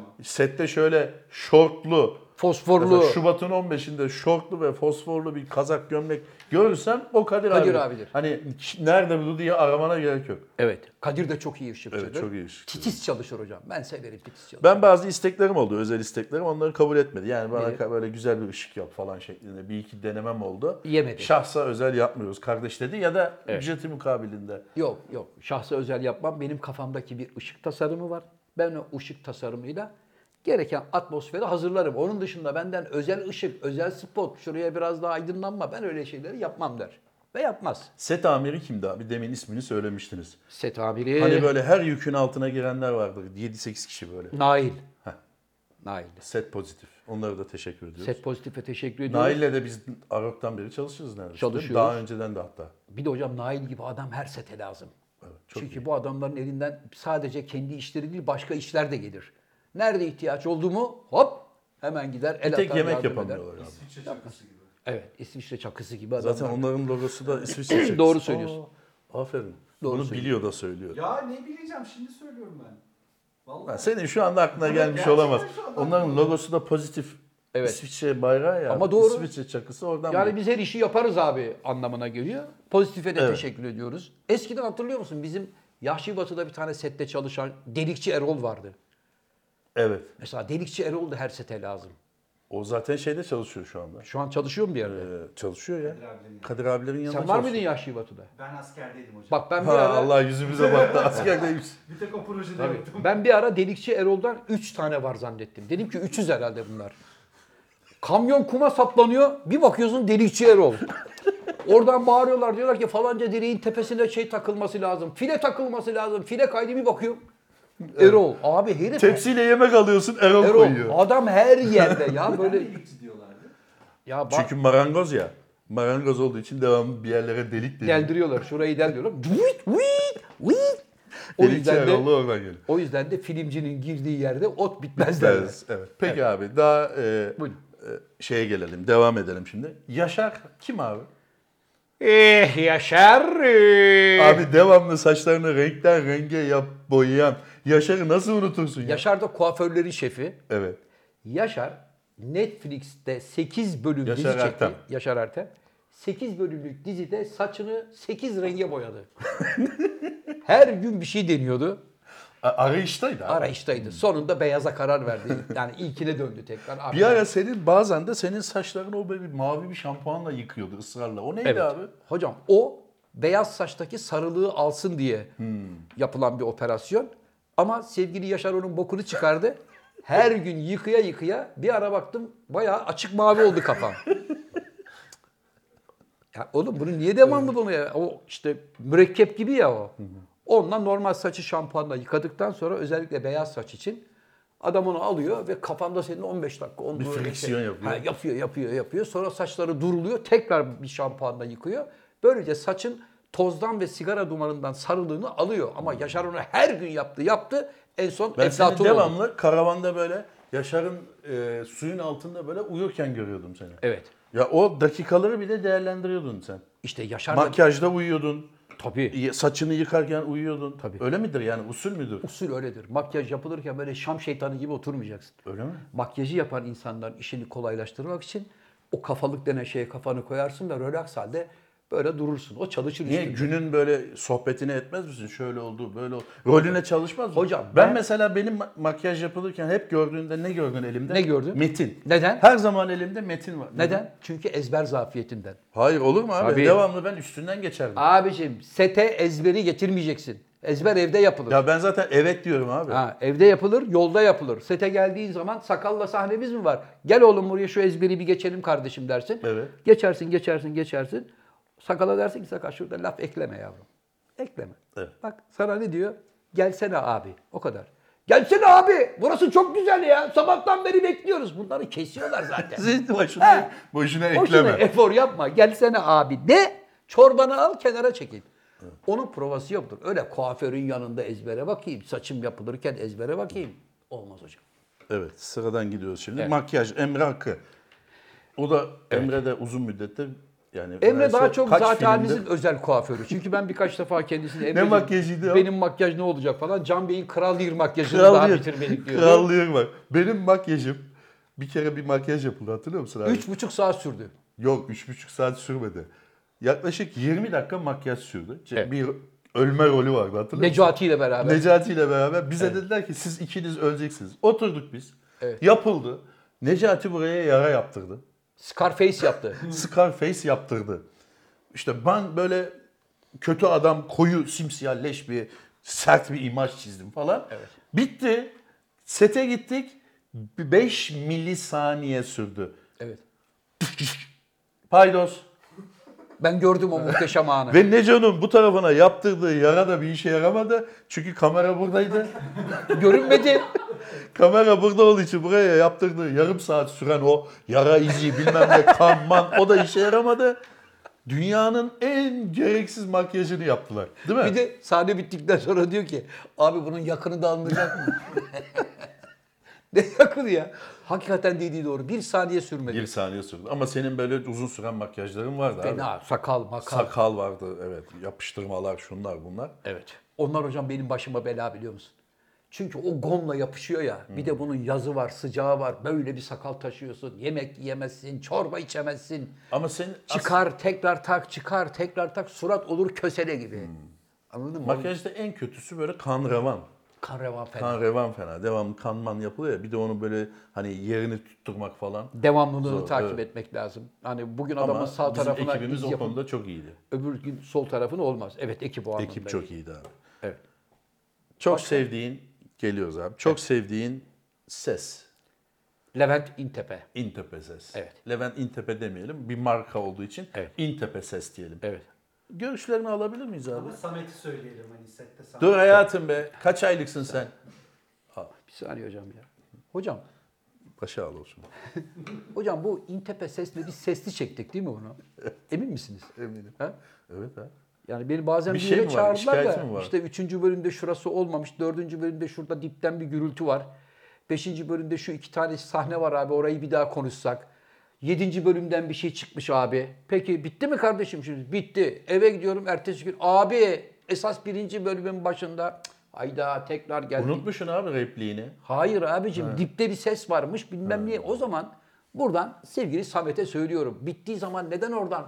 şortlu, Fosforlu. mesela Şubat'ın 15'inde şortlu ve fosforlu bir kazak gömlek görürsem o Kadir abidir. Hani nerede bu diye aramana gerek yok. Evet. Kadir de çok iyi ışıkçıdır. Evet, çok iyi ışıkçı. Titiz çalışır hocam. Ben severim titiz çalışır. Ben bazı isteklerim oldu, özel isteklerim. Onları kabul etmedi. Yani bana Nedir? böyle güzel bir ışık yap falan şeklinde bir iki denemem oldu. Yemedi. Şahsa özel yapmıyoruz kardeş dedi ya da Evet. ücreti mukabilinde. Yok. Şahsa özel yapmam. Benim kafamdaki bir ışık tasarımı var. Ben o ışık tasarımıyla gereken atmosferi hazırlarım. Onun dışında benden özel ışık, özel spot, şuraya biraz daha aydınlanma, ben öyle şeyleri yapmam der. Ve yapmaz. Set amiri kimdi abi? Demin ismini söylemiştiniz. Set amiri Hani böyle her yükün altına girenler vardır. 7-8 kişi böyle. Nail. Heh. Nail. Set pozitif. Onlara da teşekkür ediyoruz. Set Pozitif'e teşekkür ediyorum. Nail'le de biz Arok'tan beri çalışırız neredeyse. Çalışıyoruz. Daha önceden de hatta. Bir de hocam Nail gibi adam her sete lazım. Evet, çok Çünkü iyi. bu adamların elinden sadece kendi işleri değil başka işler de gelir. Nerede ihtiyaç oldu mu hop hemen gider el Bir tek atar, yemek yardım eder. yapamıyorlar abi. İsviçre çakısı gibi. Evet, İsviçre çakısı gibi adamlar. Zaten onların logosu da İsviçre çakısı. Doğru söylüyorsun. Aferin. Doğru Bunu söylüyorsun. biliyor da söylüyor. Ya ne bileceğim şimdi söylüyorum ben. Vallahi. Ha, senin şu anda aklına Evet, gelmiş gerçekten olamaz. şu anda Onların aklıma- logosu da pozitif. Evet. İsviçre bayrağı ya. Ama doğru. İsviçre çakısı oradan Yani mı? biz her işi yaparız abi anlamına geliyor. Pozitife de Evet. teşekkür ediyoruz. Eskiden hatırlıyor musun bizim Yahşi Batı'da bir tane sette çalışan Delikçi Erol vardı. Evet. Mesela Delikçi Erol da her sete lazım. O zaten şeyde çalışıyor şu anda. Şu an çalışıyor mu bir yerde? Çalışıyor ya. Kadir abilerin yanında. Kadir abilerin yanında Sen var mıydın çalışıyor. Yahşi Batı'da? Ben askerdeydim hocam. Bak ben bir Ha, ara Allah yüzümüze baktı. Askerdeymiş. Bir tek o projede Tabii. yoktum. Ben bir ara Delikçi Erol'dan 3 tane var zannettim. Dedim ki 300 herhalde bunlar. Kamyon kuma saplanıyor. Bir bakıyorsun Delikçi Erol. Oradan bağırıyorlar. Diyorlar ki falanca direğin tepesine şey takılması lazım. File takılması lazım. File kaydı bir bakıyor. Erol. Abi herif. Tepsiyle yemek alıyorsun Erol Erol. koyuyor. Adam her yerde ya böyle. Delikçi diyorlardı. Ya bak, Çünkü marangoz ya. Marangoz olduğu için devamlı bir yerlere delik deliyor. deldiriyorlar. Şurayı deldiriyorlar. O Delikçi yüzden de Erol'u oradan geliyor. o yüzden de filmcinin girdiği yerde ot bitmez derler. Evet. Peki abi daha Buyurun. şeye gelelim. Devam edelim şimdi. Yaşar kim abi? Yaşar. Abi devamlı saçlarını renkten renge boyayan Yaşar'ı nasıl unutursun ya? Yaşar da kuaförlerin şefi. Evet. Yaşar Netflix'te 8 bölüm Yaşar dizi çekti. Ertem. Yaşar Ertem. 8 bölümlük dizide saçını 8 renge boyadı. Her gün bir şey deniyordu. Arayıştaydı abi. Arayıştaydı. Sonunda beyaza karar verdi. Yani ilkine döndü tekrar. Abi, Bir ara senin bazen de senin saçlarını o böyle bir mavi bir şampuanla yıkıyordu ısrarla. O neydi evet. abi? Hocam o beyaz saçtaki sarılığı alsın diye yapılan bir operasyon. Ama sevgili Yaşar onun bokunu çıkardı. Her gün yıkaya yıkaya bir ara baktım bayağı açık mavi oldu kafam. Ya oğlum bunu niye devamlı bunu ya? O işte mürekkep gibi ya o. Ondan normal saçı şampuanla yıkadıktan sonra özellikle beyaz saç için adam onu alıyor ve kafanda senin 15 dakika onu Bir böyle friksiyon yapıyor. yapıyor. Sonra saçları duruluyor. Tekrar bir şampuanla yıkıyor. Böylece saçın tozdan ve sigara dumanından sarılığını alıyor. Ama Yaşar onu her gün yaptı. En son Ben seni Eflatun oldu. devamlı karavanda böyle Yaşar'ın suyun altında böyle uyurken görüyordum seni. Evet. Ya o dakikaları bile değerlendiriyordun sen. İşte Yaşar da Makyajda uyuyordun. tabii Saçını yıkarken uyuyordun. Tabii. Öyle midir yani usul müdür? usul öyledir. Makyaj yapılırken böyle Şam şeytanı gibi oturmayacaksın. Öyle mi? Makyajı yapan insanların işini kolaylaştırmak için o kafalık denen şeye kafanı koyarsın ve relax halde böyle durursun. O çalışır Niye üstünde. günün böyle sohbetini etmez misin? Şöyle oldu, böyle oldu. Rolüne çalışmaz mısın? Hocam, ben ben- mesela benim makyaj yapılırken hep gördüğünde ne gördün elimde? Ne gördün? Metin. Neden? Her zaman elimde metin var. Neden? Çünkü ezber zafiyetinden. Hayır olur mu abi? Tabii. Devamlı ben üstünden geçerdim. Abiciğim sete ezberi getirmeyeceksin. Ezber evde yapılır. Ya ben zaten evet diyorum abi. Ha, evde yapılır, yolda yapılır. Sete geldiğin zaman sakalla sahnemiz mi var? Gel oğlum buraya şu ezberi bir geçelim kardeşim dersin. Evet. Geçersin. Sakala dersin ki sakal şurada laf ekleme yavrum. Ekleme. Evet. Bak sana ne diyor? Gelsene abi. O kadar. Gelsene abi. Burası çok güzel ya. Sabahtan beri bekliyoruz. Bunları kesiyorlar zaten. Siz boşuna, He. boşuna Boşuna ekleme. efor yapma. Gelsene abi de çorbanı al kenara çekil. Onun provası yoktur. Öyle kuaförün yanında ezbere bakayım, saçım yapılırken ezbere bakayım. Olmaz hocam. Evet, sıradan gidiyoruz şimdi. Evet. Makyaj, Emre Hakkı. O da Emre de uzun müddettir yani Emre daha neredeyse çok kaç zaten filmde- halimizin özel kuaförü. Çünkü ben birkaç defa kendisine Emre'ciğim, makyajıydı o? benim makyaj ne olacak falan. Can Bey'in Kral Yığır makyajını Kral daha Yığır. bitirmedik diyordu. Kral Yığır var. Benim makyajım bir kere bir makyaj yapıldı, hatırlıyor musun abi? 3,5 saat sürdü. Yok, 3,5 saat sürmedi. Yaklaşık 20 dakika makyaj sürdü. Evet. Bir ölme rolü vardı, hatırlıyor musun? Necati ile beraber. Necati ile beraber bize dediler ki siz ikiniz öleceksiniz. Oturduk biz. Evet. Yapıldı. Necati buraya yara yaptırdı. Scarface yaptı. Scarface yaptırdı. İşte ben böyle kötü adam, koyu simsiyah leş bir sert bir imaj çizdim falan. Evet. Bitti. Sete gittik. 5 milisaniye sürdü. Evet. Paydos. Ben gördüm o muhteşem anı. Ve Neco'nun bu tarafına yaptırdığı yara da bir işe yaramadı. Çünkü kamera buradaydı. Görünmedi. Kamera burada olduğu için buraya yaptırdığı yarım saat süren o yara izi bilmem ne kanman o da işe yaramadı. Dünyanın en gereksiz makyajını yaptılar. Değil mi? Bir de sahne bittikten sonra diyor ki abi bunun yakını da alınacak mı? Ne yakını ya? Hakikaten dediği doğru. Bir saniye sürmedi. Bir saniye sürdü. Ama senin böyle uzun süren makyajların vardı abi. Fena. Sakal, makal. Sakal vardı, evet. Yapıştırmalar, şunlar bunlar. Evet. Onlar hocam benim başıma bela biliyor musun? Çünkü o gomla yapışıyor ya. Bir de bunun yazı var, sıcağı var. Böyle bir sakal taşıyorsun. Yemek yiyemezsin, çorba içemezsin. Ama sen Çıkar, tekrar tak, çıkar, tekrar tak. Surat olur kösele gibi. Anladın mı? makyajda en kötüsü böyle kan revan. Kan revan fena. Kan revan fena. Devamlı kanman yapılıyor ya. Bir de onu böyle hani yerini tutturmak falan. Devamlılığını Zor, takip evet. etmek lazım. Hani bugün Ama adamın sağ bizim tarafına ekibimiz iz o yapıp konuda çok iyiydi. öbür gün sol tarafına olmaz. Evet ekip o anlamda. Ekip çok iyiydi abi. Evet. Çok sevdiğin, geliyoruz abi. Çok sevdiğin ses. Levent İntepe. İntepe ses. Evet. Levent İntepe demeyelim. Bir marka olduğu için Evet. İntepe ses diyelim. Evet. Görüşlerini alabilir miyiz abi? Ama Samet'i söyleyelim hani sette Samet. Dur hayatım be. Kaç aylıksın sen? Bir saniye hocam ya. Hocam, Başa al olsun. hocam bu İntepe sesle bir sesli çektik değil mi bunu? Emin misiniz? Eminim. Ha? Evet ha. Yani beni bazen Bir bir, şey yere mi var? çağırdılar Şikayeti da mi var? işte 3. bölümde şurası olmamış, 4. bölümde şurada dipten bir gürültü var. 5. bölümde şu 2 tane sahne var abi orayı bir daha konuşsak. 7. bölümden bir şey çıkmış abi. Peki bitti mi kardeşim şimdi? Bitti. Eve gidiyorum ertesi gün. Abi esas 1. bölümün başında cık, hayda tekrar geldik. Unutmuşsun abi repliğini. Hayır abicim dipte bir ses varmış bilmem niye. O zaman buradan sevgili Samet'e söylüyorum. Bittiği zaman neden oradan?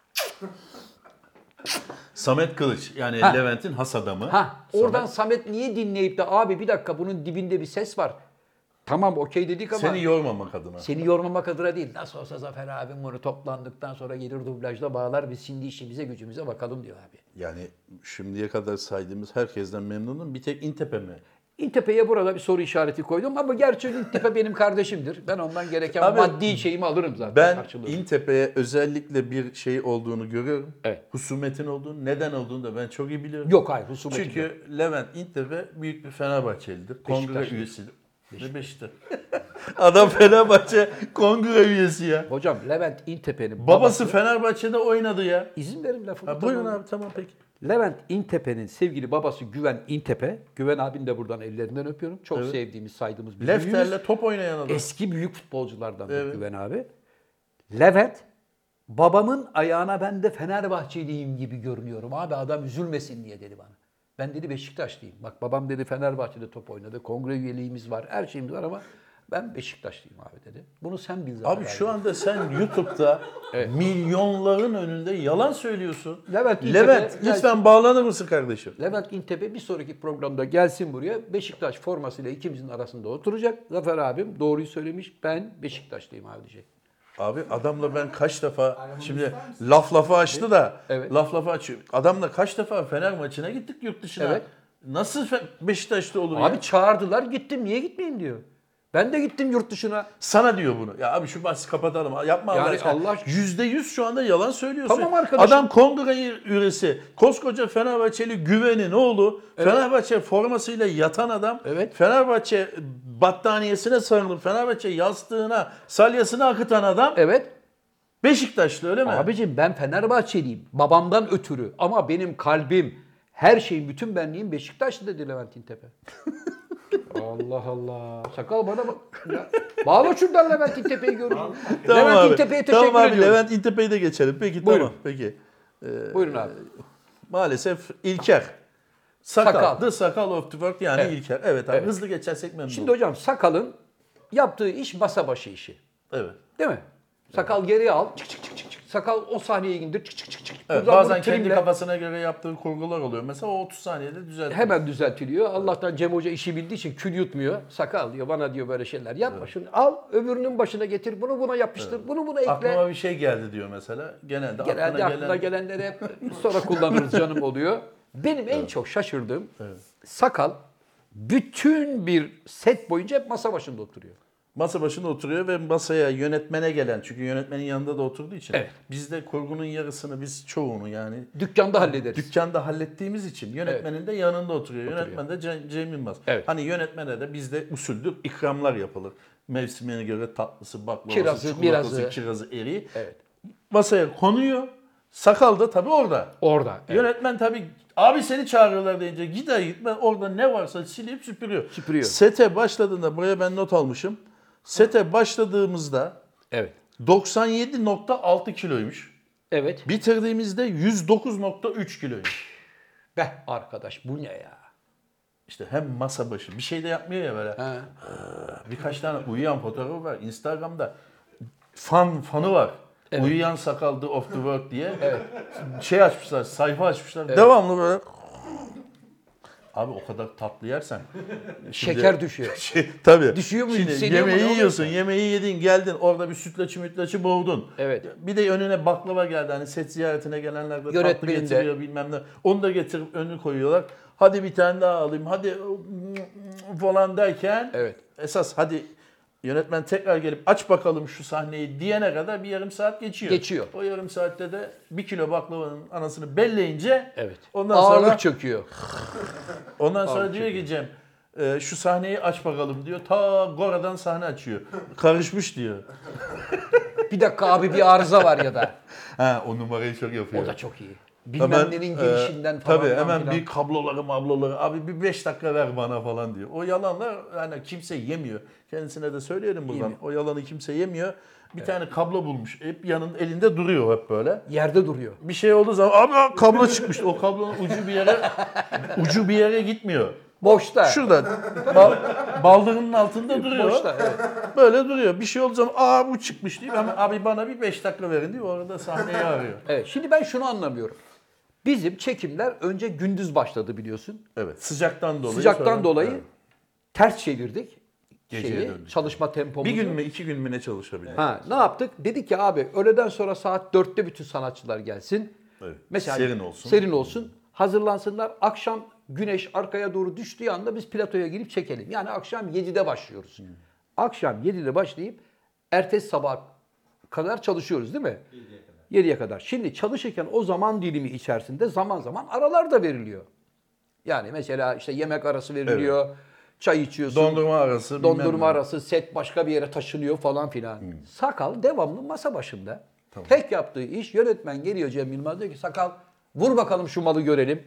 Samet Kılıç yani Ha. Levent'in has adamı. Oradan Samet niye dinleyip de abi bir dakika bunun dibinde bir ses var. Tamam okey dedik ama Seni yormamak adına. seni yormamak adına değil. Nasıl olsa Zafer abim bunu toplandıktan sonra gelir dublajda bağlar biz şimdi işimize gücümüze bakalım diyor abi. Yani şimdiye kadar saydığımız herkesten memnunum. Bir tek İntepe mi? İntepe'ye burada bir soru işareti koydum ama gerçi İntepe benim kardeşimdir. Ben ondan gereken Abi, maddi şeyimi alırım zaten. Ben karşılığını. İntepe'ye özellikle bir şey olduğunu görüyorum. Evet. Husumetin olduğunu, neden olduğunu da ben çok iyi biliyorum. Yok hayır husumetim yok. Çünkü Levent İntepe büyük bir Fenerbahçelidir. Kongre Beşiktaşlı. üyesidir. Ne Beşiktaş? Adam Fenerbahçe kongre üyesi ya. Hocam Levent İntepe'nin Babası Fenerbahçe'de oynadı ya. izin verin lafımı. Ha, buyurun tamam. abi tamam peki. Levent İntepe'nin sevgili babası Güven İntepe. Güven abim de buradan ellerinden öpüyorum. Çok sevdiğimiz, saydığımız bir büyüğümüz. Lefter'le top oynayan adam. Eski büyük futbolculardan Evet. Güven abi. Levent, babamın ayağına ben de Fenerbahçeliyim gibi görünüyorum. Abi adam üzülmesin diye dedi bana. Ben dedi Beşiktaşlıyım. Bak babam dedi Fenerbahçe'de top oynadı. Kongre üyeliğimiz var. Her şeyimiz var ama ben Beşiktaşlıyım abi dedi. Bunu sen bil zaten. Abi şu anda sen YouTube'da milyonların önünde yalan söylüyorsun. Levent İntepe Levent gelsin. lütfen bağlanır mısın kardeşim? Levent İntepe bir sonraki programda gelsin buraya. Beşiktaş formasıyla ikimizin arasında oturacak. Zafer abim doğruyu söylemiş. Ben Beşiktaşlıyım abi diyecek. Abi adamla ben kaç defa şimdi laf lafı açtı da Evet. laf lafı açıyor. Adamla kaç defa Fener maçına gittik yurt dışına. Evet. Nasıl Beşiktaşlı olur Abi ya? çağırdılar gittim. Niye gitmeyeyim diyor. Ben de gittim yurt dışına. Sana diyor bunu. Ya abi şu bahsi kapatalım. Yapma Yani Allah aşkına. Allah aşkına. %100 şu anda yalan söylüyorsun. Tamam arkadaşım. Adam kongre üyesi. Koskoca Fenerbahçeli Güven'in oğlu. Fenerbahçe formasıyla yatan adam. Evet. Fenerbahçe battaniyesine sarılıp Fenerbahçe yastığına, salyasına akıtan adam. Evet. Beşiktaşlı öyle mi? Abicim ben Fenerbahçeliyim. Babamdan ötürü. Ama benim kalbim, her şeyim, bütün benliğim Beşiktaşlı dedi Levent İntepe. Allah Allah. Sakal bana bak. Ya. Bağla şuradan Levent İntepe'yi göreyim. Tamam Levent abi. İntepe'ye teşekkür Tamam abi, ediyorum. Levent İntepe'yi de geçelim. Peki Buyurun. tamam. Peki. Buyurun abi. Maalesef İlker. Sakal. Sakal. The Sakal of the World yani Evet. İlker. Evet abi, Evet. hızlı geçersek memnun Şimdi olurum. hocam Sakal'ın yaptığı iş masa başı işi. Evet. Değil mi? Sakal geriye al. Çık çık çık çık çık. Sakal o sahneye indir. Çık çık çık çık. Evet, Buradan bazen bunu kendi trimle kafasına göre yaptığı kurgular oluyor. Mesela o 30 saniyede düzeltiyor. hemen düzeltiliyor. Allah'tan Cem Hoca işi bildiği için kül yutmuyor. Sakal diyor bana diyor böyle şeyler yapma. Şunu al öbürünün başına getir. Bunu buna yapıştır. Bunu buna ekle. Aklıma bir şey geldi diyor mesela. Genelde Genelde aklına gelen... gelenleri hep sonra kullanırız canım oluyor. Benim en çok şaşırdığım Sakal bütün bir set boyunca hep masa başında oturuyor. Masa başında oturuyor ve masaya yönetmene gelen, çünkü yönetmenin yanında da oturduğu için Evet. biz de kurgunun yarısını, biz çoğunu yani Dükkanda hallederiz. dükkanda hallettiğimiz için yönetmenin de yanında oturuyor. Yönetmen de Cem Yılmaz. Evet. Hani yönetmene de bizde usuldür ikramlar yapılır. Mevsimine göre tatlısı, baklavası, Kirazı, çikolatası, mirazı. kirazı, eriği. Evet. Masaya konuyor. Sakal da tabii orada. Orada. Evet. Yönetmen tabii abi seni çağırıyorlar deyince gider gitmez orada ne varsa silip süpürüyor. Süpürüyor. Sete başladığında, buraya ben not almışım. Sete başladığımızda Evet. 97.6 kiloymuş. Evet. Bitirdiğimizde 109.3 kiloymuş. Be arkadaş bu ne ya? İşte hem masa başı bir şey de yapmıyor ya böyle. Ha. Birkaç tane uyuyan fotoğrafı var. Instagram'da fanı var. Evet. Uyuyan Sakal The of the World diye. Şey açmışlar, sayfa açmışlar. Evet. Devamlı böyle. Abi o kadar tatlı yersen. Şeker düşüyor. Tabii. Düşüyor mu, Şimdi yükseliyor mu, ne yemeği oluyor? yiyorsun, yemeği yedin, geldin orada bir sütlaçı boğdun. Evet. Bir de önüne baklava geldi. Hani set ziyaretine gelenler de tatlı Yönetmenin de. getiriyor bilmem ne. Onu da getirip önünü koyuyorlar. Hadi bir tane daha alayım. Hadi falan derken Evet. esas hadi yönetmen tekrar gelip aç bakalım şu sahneyi diyene kadar bir yarım saat geçiyor. Geçiyor. O yarım saatte de 1 kilo baklavanın anasını belleyince Evet. ondan Ağırlık sonra çöküyor. diyor ki Cem şu sahneyi aç bakalım diyor. Ta Gora'dan sahne açıyor. Karışmış diyor. Bir dakika abi bir arıza var ya da. Ha, o numarayı çok yapıyor. O da çok iyi. Bilmem nenin gelişinden falan. Tabii hemen filan. bir kabloları abi bir 5 dakika ver bana falan diyor. O yalanlar yani kimse yemiyor. Kendisine de söyleyelim buradan. Yemiyor. O yalanı kimse yemiyor. Bir tane kablo bulmuş. Hep yanın elinde duruyor hep böyle. Yerde duruyor. Bir şey olduğu zaman abi kablo çıkmış. O kablonun ucu bir yere gitmiyor. Boşta. Şurada baldırının altında duruyor. Boşta evet. Böyle duruyor. Bir şey olduğu zaman bu çıkmış diyor. Hemen abi bana bir 5 dakika verin diyor. Orada sahneyi arıyor. Evet. Şimdi ben şunu anlamıyorum. Bizim çekimler önce gündüz başladı biliyorsun. Evet. Sıcaktan dolayı. Sıcaktan sonra- dolayı Evet. ters çevirdik. Geceye döndük. Çalışma tempomuzu. Bir gün mü 2 gün mü ne çalışabilir? Ha, ne yaptık? Dedik ki abi öğleden sonra saat 4'te bütün sanatçılar gelsin. Evet. Mesela Serin olsun. Serin olsun. Hazırlansınlar. Akşam güneş arkaya doğru düştüğü anda biz platoya girip çekelim. Yani akşam 7'de başlıyoruz. Akşam 7'de başlayıp ertesi sabah kadar çalışıyoruz değil mi? 7'ye kadar. Şimdi çalışırken o zaman dilimi içerisinde zaman zaman aralar da veriliyor. Yani mesela işte yemek arası veriliyor. Çay içiyorsun. Dondurma arası. bilmem Dondurma ne. arası, set başka bir yere taşınıyor falan filan. Sakal devamlı masa başında. Tek yaptığı iş yönetmen geliyor Cem Yılmaz diyor ki Sakal vur bakalım şu malı görelim.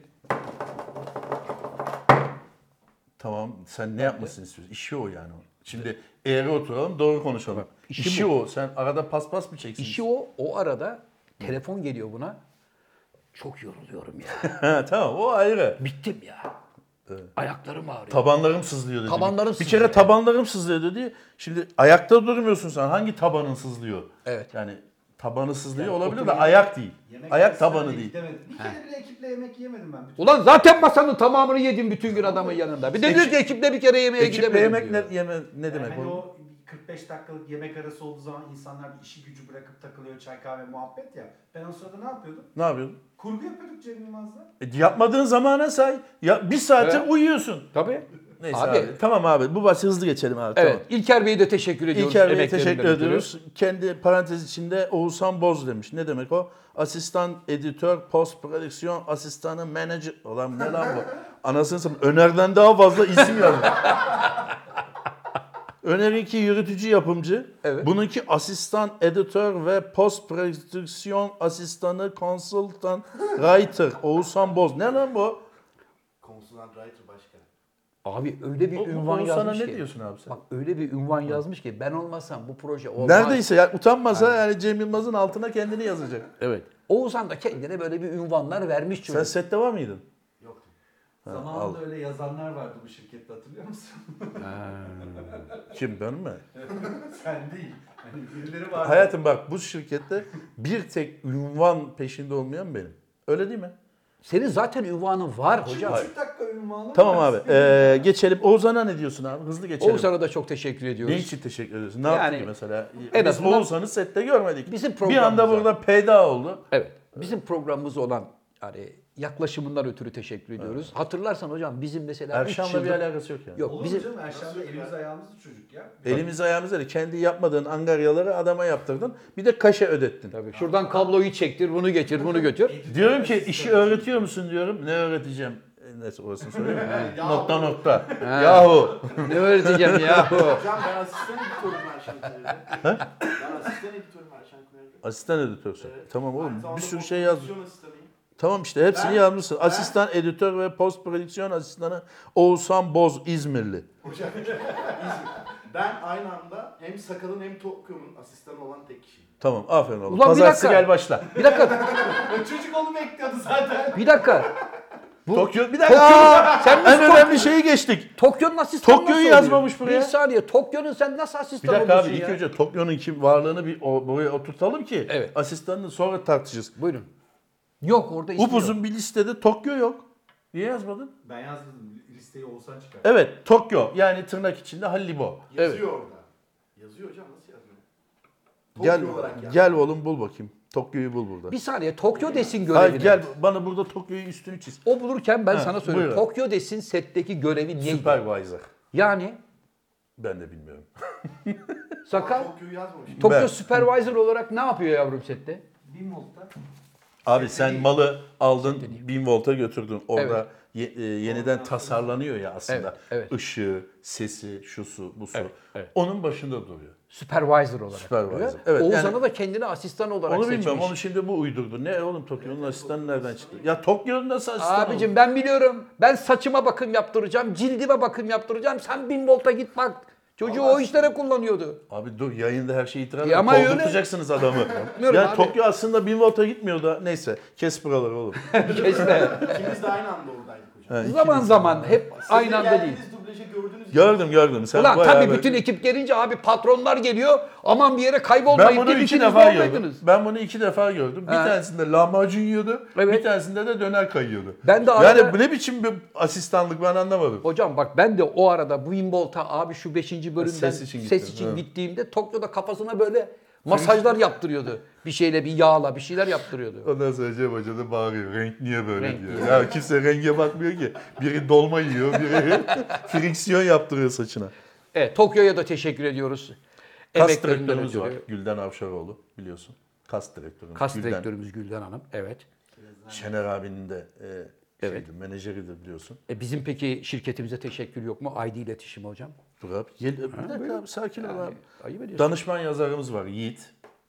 Tamam sen ne yapmasını istiyorsun? İşi o yani. Şimdi eğri oturalım doğru konuşalım. işi İşi bu. o. Sen arada paspas mı çeksin? İşi o arada telefon geliyor buna. Çok yoruluyorum ya. Ha, tamam o ayrı. Bittim ya. Ayaklarım ağrıyor. Tabanlarım sızlıyor dedi. Tabanlarım Bir sızlıyor. kere tabanlarım sızlıyor dedi. Şimdi ayakta durmuyorsun sen. Hangi tabanın sızlıyor? Evet. Yani tabanı sızlıyor Yani olabilir de oturayım. ayak değil. Ayak arasına tabanı bile değil. gidemedim. Bir kere bile ekiple yemek yemedim ben. Bütün Ulan zaten masanın tamamını yedim bütün gün adamın yanında. Bir de diyor ki ekiple bir kere yemeğe Ekiple gidemedim yemek diyor. ne demek hani o? o 45 dakikalık yemek arası olduğu zaman insanlar bir işi gücü bırakıp takılıyor, çay kahve muhabbet ya. Ben o sırada ne yapıyordum? Ne yapıyordun? Kurgu yapıyorduk Cem Yılmaz'la. Yapmadığın zamana say. Ya bir saattir Evet. uyuyorsun. Tabii. Neyse Abi. abi. Tamam abi. Bu bahsi hızlı geçelim abi. Evet. Tamam. İlker Bey'e de teşekkür ediyoruz. İlker Bey'e emeklerinden teşekkür ötürü. ediyoruz. Kendi parantez içinde Oğuzhan Boz demiş. Ne demek o? Asistan, editör, post prodüksiyon, asistanı, manager. Ulan ne lan bu? Anasını satayım. Öner'den daha fazla isim yazmış. Önerinki yürütücü yapımcı. Evet. Bununki asistan editör ve post prodüksiyon asistanı, consultant, writer. Oğuzhan Boz. Ne lan bu? Konsulat writer başka. Abi öyle bir ünvan Oğuzhan'a yazmış ne ki. diyorsun abi sen? Bak öyle bir ünvan yazmış ki ben olmasam bu proje olmaz. Neredeyse yani utanmasa yani Cem Yılmaz'ın altına kendini yazacak. Evet. Oğuzhan da kendine böyle bir ünvanlar vermiş çocuk. Sen sette var mıydın? Yoktu. Zamanında öyle yazanlar vardı bu şirkette, hatırlıyor musun? Kim, ben mi? Sen değil. Hani birileri vardı. Hayatım bak, bu şirkette bir tek ünvan peşinde olmayan benim. Öyle değil mi? Senin zaten ünvanın var hocam. 2,5 dakika ünvanı. Tamam abi. Geçelim. Oğuzhan'a ne diyorsun abi? Hızlı geçelim. Oğuzhan'a da çok teşekkür ediyoruz. Ne için teşekkür ediyorsun? Ne Yani yaptı ki mesela? en Biz azından Oğuzhan'ı sette görmedik. bizim Bir anda programımıza- burada peyda oldu. Evet. Bizim programımız olan yani yaklaşımından ötürü teşekkür ediyoruz. Hatırlarsan hocam bizim mesela 3 Erşan'la bir yıldır... alakası yok yani. Yok Olur bizim mu canım? Erşan'da elimiz ayağımızda çocuk ya. Elimiz ayağımız öyle. Kendi yapmadığın angaryaları adama yaptırdın. Bir de kaşe ödettin. tabii şuradan kabloyu çektir, bunu getir, bunu götür. Diyorum ki işi öğretiyor musun diyorum. Ne öğreteceğim? Neyse orasını söyleyeyim mi? Nokta. Yahu. Ne öğreteceğim ya? Hocam ben asistan editörüm Erşan Kuner'de. Ben asistan editörüm Erşan Kuner'de. Asistan editörsün. Evet. Tamam Aynı oğlum. zamanda Bir sürü post şey yazdım. prodüksiyon asistanıyım. Tamam işte hepsini Ben- yazmışsın. ben- Asistan editör ve post prodüksiyon asistanı Oğuzhan Boz, İzmirli. Hocam ben aynı anda hem Sakal'ın hem Tokyo'nun asistanı olan tek kişiyim. Tamam, aferin oğlum. Ulan bir Pazartesi dakika. gel başla. Bir dakika, Çocuk onu bekliyordu zaten. bir dakika. Tokyo, bir Tokyo'nun, dakika. sen En nasıl önemli şeyi geçtik. Tokyo'nun asistanı Tokyo'yu nasıl yazmamış oluyor? buraya. Bir saniye, Tokyo'nun sen nasıl Bir asistan dakika abi, olursun ilk ya? önce Tokyo'nun kim varlığını bir buraya oturtalım ki Evet. asistanını sonra tartışırız. Buyurun. Yok orada ismi yok. Upuzun bir listede Tokyo yok. Niye yazmadın? Ben yazdım. Listeyi Oğuzhan çıkar. Evet, Tokyo yani tırnak içinde Halibo. Yazıyor orada. Yazıyor hocam, nasıl yazıyor? Gel, Tokyo olarak yazıyor. gel oğlum bul bakayım. Tokyo'yu bul burada. Bir saniye, Tokyo desin görevini. Hayır gel bana burada Tokyo'yu üstünü çiz. O bulurken ben Ha, sana söyleyeyim. buyurun. Tokyo desin setteki görevi neydi? Supervisor. Yani Ben de bilmiyorum. Sakal Tokyo'yu yazmamış. Tokyo Ben- Supervisor olarak ne yapıyor yavrum sette? 1000 voltta. Abi sen malı aldın 1000 volta götürdün. Orada yeniden Ondan tasarlanıyor ya aslında. Evet, evet. Işığı, sesi, şusu, busu. Evet, evet. Onun başında duruyor. Supervisor olarak. Supervisor. yapıyor. Evet, Oğuzhan'ı yani- da kendine asistan olarak Onu seçmiş. bilmiyorum. Onu şimdi bu uydurdu. Ne oğlum Tokyo'nun asistanı nereden çıktı? Ya Tokyo'nun nasıl asistanı Abicim olur? ben biliyorum. Ben saçıma bakım yaptıracağım, cildime bakım yaptıracağım. Sen 1000 volta git bak. Çocuğu o işlere kullanıyordu. Abi dur, yayında her şeyi itiraf Ya ama öyle. kovdurtacaksınız adamı. Yapmıyorum Ya abi. Tokyo aslında 1000 volta gitmiyor da neyse. Kes buraları oğlum. Kesme. İkimiz de aynı anda oradaydık hocam. Ha, zaman zaman hep Siz aynı de anda değil. geldiğiniz dublajı gördünüz mü? Gördüm. Sen Ulan bayağı tabii böyle- bütün ekip gelince abi patronlar geliyor. Aman bir yere Ben kaybolmayın. bunu iki ikiniz de defa gördüm. oradaydınız. Ben bunu 2 defa gördüm. Bir Ha. tanesinde lahmacun yiyordu. Evet. Bir tanesinde de döner kayıyordu. Ben de arada- Yani bu ne biçim bir asistanlık ben anlamadım. Hocam bak ben de o arada bu Imbolt'a abi şu 5. bölümden Ses için ses gittin, için ha. gittiğimde Tokyo'da kafasına böyle masajlar yaptırıyordu. Bir şeyle bir yağla bir şeyler yaptırıyordu. Ondan sonra Cem Hoca da bağırıyor. Renk niye böyle Renk diyor. niye? Ya kimse renge bakmıyor ki. Biri dolma yiyor, biri friksiyon yaptırıyor saçına. Evet Tokyo'ya da teşekkür ediyoruz. Kas Emeklerinden direktörümüz var. ötürü. Gülden Avşaroğlu biliyorsun. Kas direktörümüz. Kas Gülden. direktörümüz Gülden Hanım. Evet. Şener abinin de Evet. menajeridir biliyorsun. Bizim peki şirketimize teşekkür yok mu? ID iletişim hocam. Dur abi. Bir dakika buyurun. abi sakin ol abi. Ayıp ediyorsun. Danışman yazarımız var Yiğit.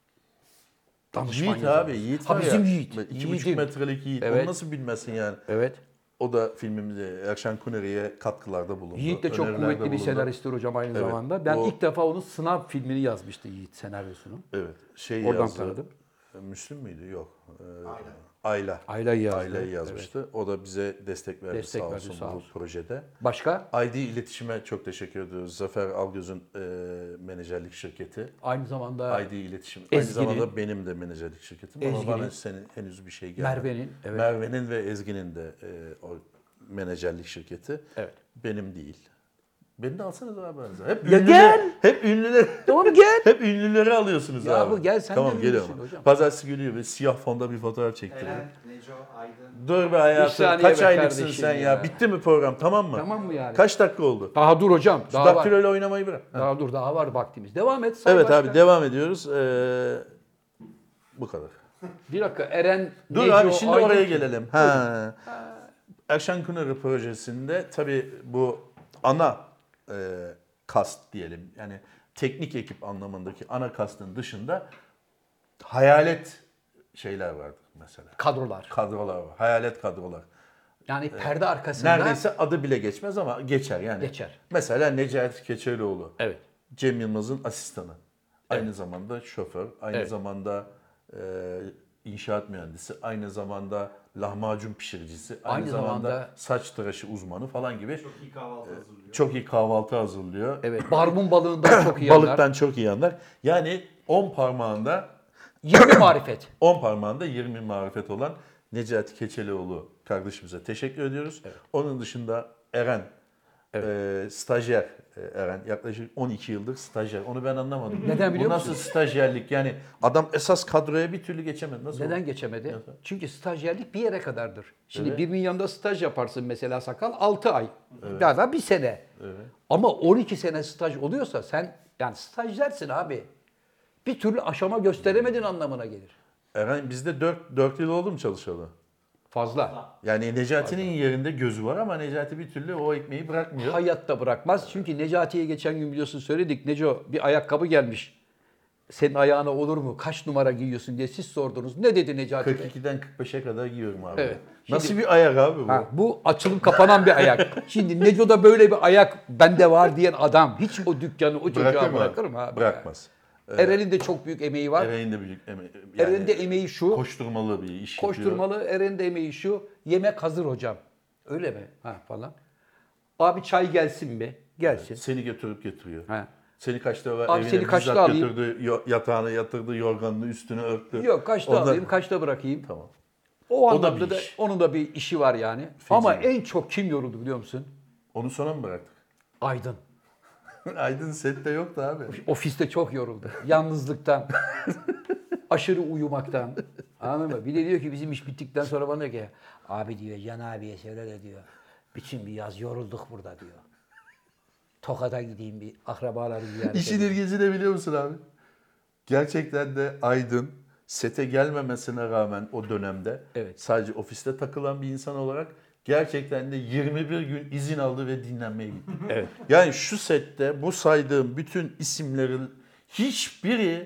Danışman Yiğit yazarı. abi Yiğit Ha var bizim ya. Yiğit. 2,5 Yiğidim. metrelik Yiğit. Evet. Onu nasıl bilmesin yani. Evet. O da filmimizde Erşan Kuneri'ye katkılarda bulundu. Yiğit de çok önerilerde kuvvetli bir bulundu. senaristtir hocam aynı Evet. zamanda. Ben O- ilk defa onun sınav filmini yazmıştı Yiğit senaryosunu. Evet. Şey Oradan yazdı. tanıdım. Müslüm müydü? Yok. Aynen. Ayla. Ayla'yı yazdı. Ayla'yı yazmıştı. O da bize destek verdi Destek sağ verdi, olsun sağ bu olsun. projede. Başka? ID İletişim'e çok teşekkür ediyoruz. Zafer Algöz'ün menajerlik şirketi. Aynı zamanda ID İletişim. Aynı Ezgi'nin. zamanda benim de menajerlik şirketim. Ama Ezgi'nin. bana senin henüz bir şey gelmedi. Merve'nin. Evet. Merve'nin ve Ezgi'nin de o menajerlik şirketi. Evet. Benim değil. Beni de alsanız abi aranıza. Hep Ya ünlüler, gel. hep ünlüler, Tamam gel. hep ünlüleri alıyorsunuz Ya abi. bu gel sen de tamam, ünlüsün geliyorum. hocam. Pazartesi geliyor ve siyah fonda bir fotoğraf çektiriyor. Eren, Neco, Aydın. Dur be hayatım. saniye Kaç be aylıksın kardeşim sen ya? ya. Bitti mi program, tamam mı? Tamam mı yani? Kaç dakika oldu? Daha dur hocam. Şu Daha var. daktiloyla oynamayı bırak. Ha. Daha dur daha var vaktimiz. Devam et. say Evet başka. abi devam ediyoruz. Bu kadar. Bir dakika Eren, Dur Neco, abi şimdi Aydın oraya kim? gelelim. Ha. Erşan Kuneri projesinde tabii bu ana kast diyelim. Yani teknik ekip anlamındaki ana kastın dışında hayalet şeyler vardır mesela. Kadrolar. Kadrolar var. Hayalet kadrolar. Yani perde arkasında. Neredeyse adı bile geçmez ama geçer yani. Geçer. Mesela Necati Keçelioğlu. Evet. Cem Yılmaz'ın asistanı. Aynı zamanda şoför, aynı Evet. zamanda inşaat mühendisi, aynı zamanda lahmacun pişiricisi, aynı, Aynı zamanda, zamanda saç tıraşı uzmanı falan gibi Çok iyi kahvaltı hazırlıyor. çok iyi kahvaltı hazırlıyor. Evet. Barbun balığından çok iyi anlar. Balıktan çok iyi anlar. Yani 10 parmağında 20 marifet. 10 parmağında 20 marifet olan Necati Keçelioğlu kardeşimize teşekkür ediyoruz. Onun dışında Eren, stajyer Eren, yaklaşık 12 yıldır stajyer. Onu ben anlamadım. Neden biliyor Bu nasıl musun? stajyerlik? Yani adam esas kadroya bir türlü geçemedi. Nasıl Neden oldu? geçemedi? Nasıl? Çünkü stajyerlik bir yere kadardır. Şimdi Evet. birinin yanında staj yaparsın mesela sakal 6 ay. Daha da bir sene. Ama 12 sene staj oluyorsa sen yani stajyersin abi. Bir türlü aşama gösteremedin anlamına gelir. Eren bizde 4 yıl oldu mu çalışalı? Fazla. Yani Necati'nin yerinde gözü var ama Necati bir türlü o ekmeği bırakmıyor. Hayatta bırakmaz. Çünkü Necati'ye geçen gün biliyorsun söyledik. Neco bir ayakkabı gelmiş. Senin ayağına olur mu? Kaç numara giyiyorsun diye siz sordunuz. Ne dedi Necati Bey? 42'den 45'e kadar giyiyorum abi. Evet. Nasıl Şimdi- bir ayak abi bu? Ha, bu açılıp kapanan bir ayak. Şimdi Neco'da böyle bir ayak bende var diyen adam hiç o dükkanı o çocuğa bırakır mı abi? Bırakmaz. Eren'in de çok büyük emeği var. Eren'in de büyük emeği. Eren'in de emeği şu. Koşturmalı bir iş yapıyor. Koşturmalı. Eren'in de emeği şu. Yemek hazır hocam. Öyle mi? Ha falan. Abi çay gelsin mi? Gelsin. Seni götürüp getiriyor. Ha. Seni kaçta var Abi evine seni kaçta bizzat alayım? götürdü, yatağına yatırdı, yorganını üstüne örttü. Yok kaçta Ondan- alayım, kaçta bırakayım? Tamam. O O da anlamda bir da iş. onun da bir işi var yani. Feci. Ama en çok kim yoruldu biliyor musun? Onu sona mı bıraktık? Aydın. Aydın sette yoktu abi. Ofiste çok yoruldu. Yalnızlıktan. Aşırı uyumaktan. Anladın mı? Bir de diyor ki bizim iş bittikten sonra bana diyor ki abi diyor Can abiye söyle de diyor. Bütün bir yaz yorulduk burada diyor. Tokat'a gideyim bir akrabaları ziyaret İşin edeyim. ilginci ne biliyor musun abi? Gerçekten de Aydın sete gelmemesine rağmen o dönemde Evet. sadece ofiste takılan bir insan olarak gerçekten de 21 gün izin aldı ve dinlenmeye gitti. Evet. Yani şu sette bu saydığım bütün isimlerin hiçbiri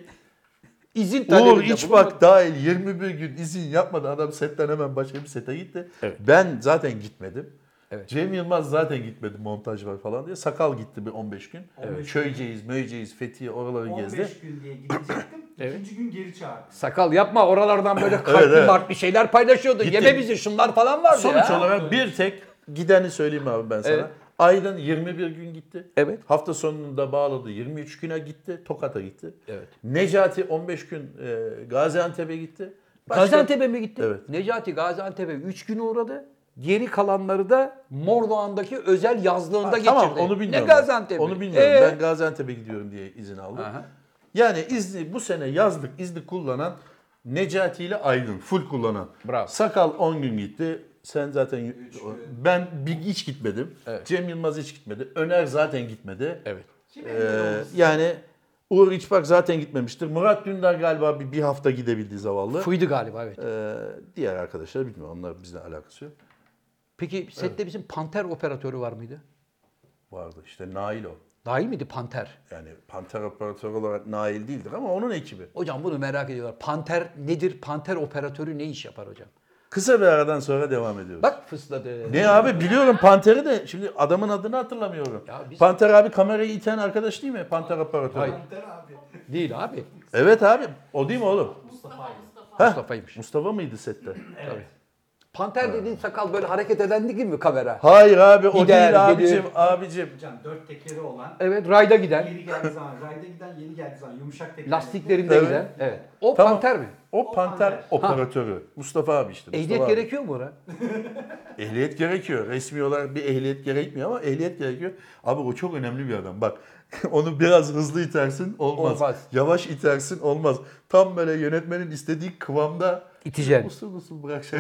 İzin Uğur talebinde İçbak dahil 21 gün izin yapmadı. Adam setten hemen başka bir sete gitti. Evet. Ben zaten gitmedim. Evet. Cem Yılmaz zaten gitmedi, montaj var falan diye. Sakal gitti bir 15 gün. Evet. Köyceğiz, Möyceğiz, Fethiye oraları 15 gezdi. gün diye gidecektim. Evet. İkinci gün geri çağırdım. Sakal yapma oralardan böyle kalpli evet. martlı şeyler paylaşıyordu. Gitti. Yeme bizi şunlar falan vardı Sonuç ya. olarak bir tek gideni söyleyeyim abi ben sana. Evet. Aydın 21 gün gitti. Evet. Hafta sonunda bağladı 23 güne gitti. Tokat'a gitti. Evet. Necati 15 gün Gaziantep'e gitti. Başka- Gaziantep'e mi gitti? Evet. Necati Gaziantep'e 3 gün uğradı. Geri kalanları da Mordoğan'daki özel yazlığında geçirdi. Tamam onu bilmiyorum. Ne Gaziantep'i? Onu bilmiyorum. Ben Gaziantep'e gidiyorum diye izin aldım. Aha. Yani izni bu sene yazlık izni kullanan Necati ile Aydın full kullanan. Bravo. Sakal 10 gün gitti. Sen zaten ben hiç gitmedim. Evet. Cem Yılmaz hiç gitmedi. Öner zaten gitmedi. Evet. Kim emin olsun? Yani Uğur İçbak zaten gitmemiştir. Murat Dündar galiba bir hafta gidebildi zavallı. Fuydu galiba evet. Diğer arkadaşlar bilmiyorum. Onlar bizle alakası yok. Peki sette bizim Panter operatörü var mıydı? Vardı işte Nail o. Dahil miydi Panter? Yani Panter operatörü olarak Nail değildir ama onun ekibi. Hocam bunu merak ediyorlar. Panter nedir? Panter operatörü ne iş yapar hocam? Kısa bir aradan sonra devam ediyoruz. Bak fısladı. Ne abi biliyorum Panter'i de şimdi adamın adını hatırlamıyorum. Ya biz- Panter abi kamerayı iten arkadaş değil mi? Panter operatörü. Hayır. Panter abi. Değil abi. Evet abi o değil mi oğlum? Heh, Mustafa'ymış. Mustafa mıydı sette? Tabii. Panter dediğin sakal böyle hareket eden değil mi kamera? Hayır abi o Gider, değil abicim. gelir. Abicim. Hocam 4 tekeri olan, Evet rayda giden, yeri geldiği zaman, rayda giden, yeri geldiği zaman yumuşak tekerlekli. lastiklerinde Evet. giden. Evet. O Tamam. Panter mi? O Panter Panter. operatörü. Mustafa abi işte. Mustafa Ehliyet abi. gerekiyor mu ona? Ehliyet gerekiyor. Resmi olarak bir ehliyet gerekmiyor ama ehliyet gerekiyor. Abi o çok önemli bir adam. Bak onu biraz hızlı itersin olmaz. Olmaz. Yavaş itersin olmaz. Tam böyle yönetmenin istediği kıvamda İteceksin. usul usul bırak şey.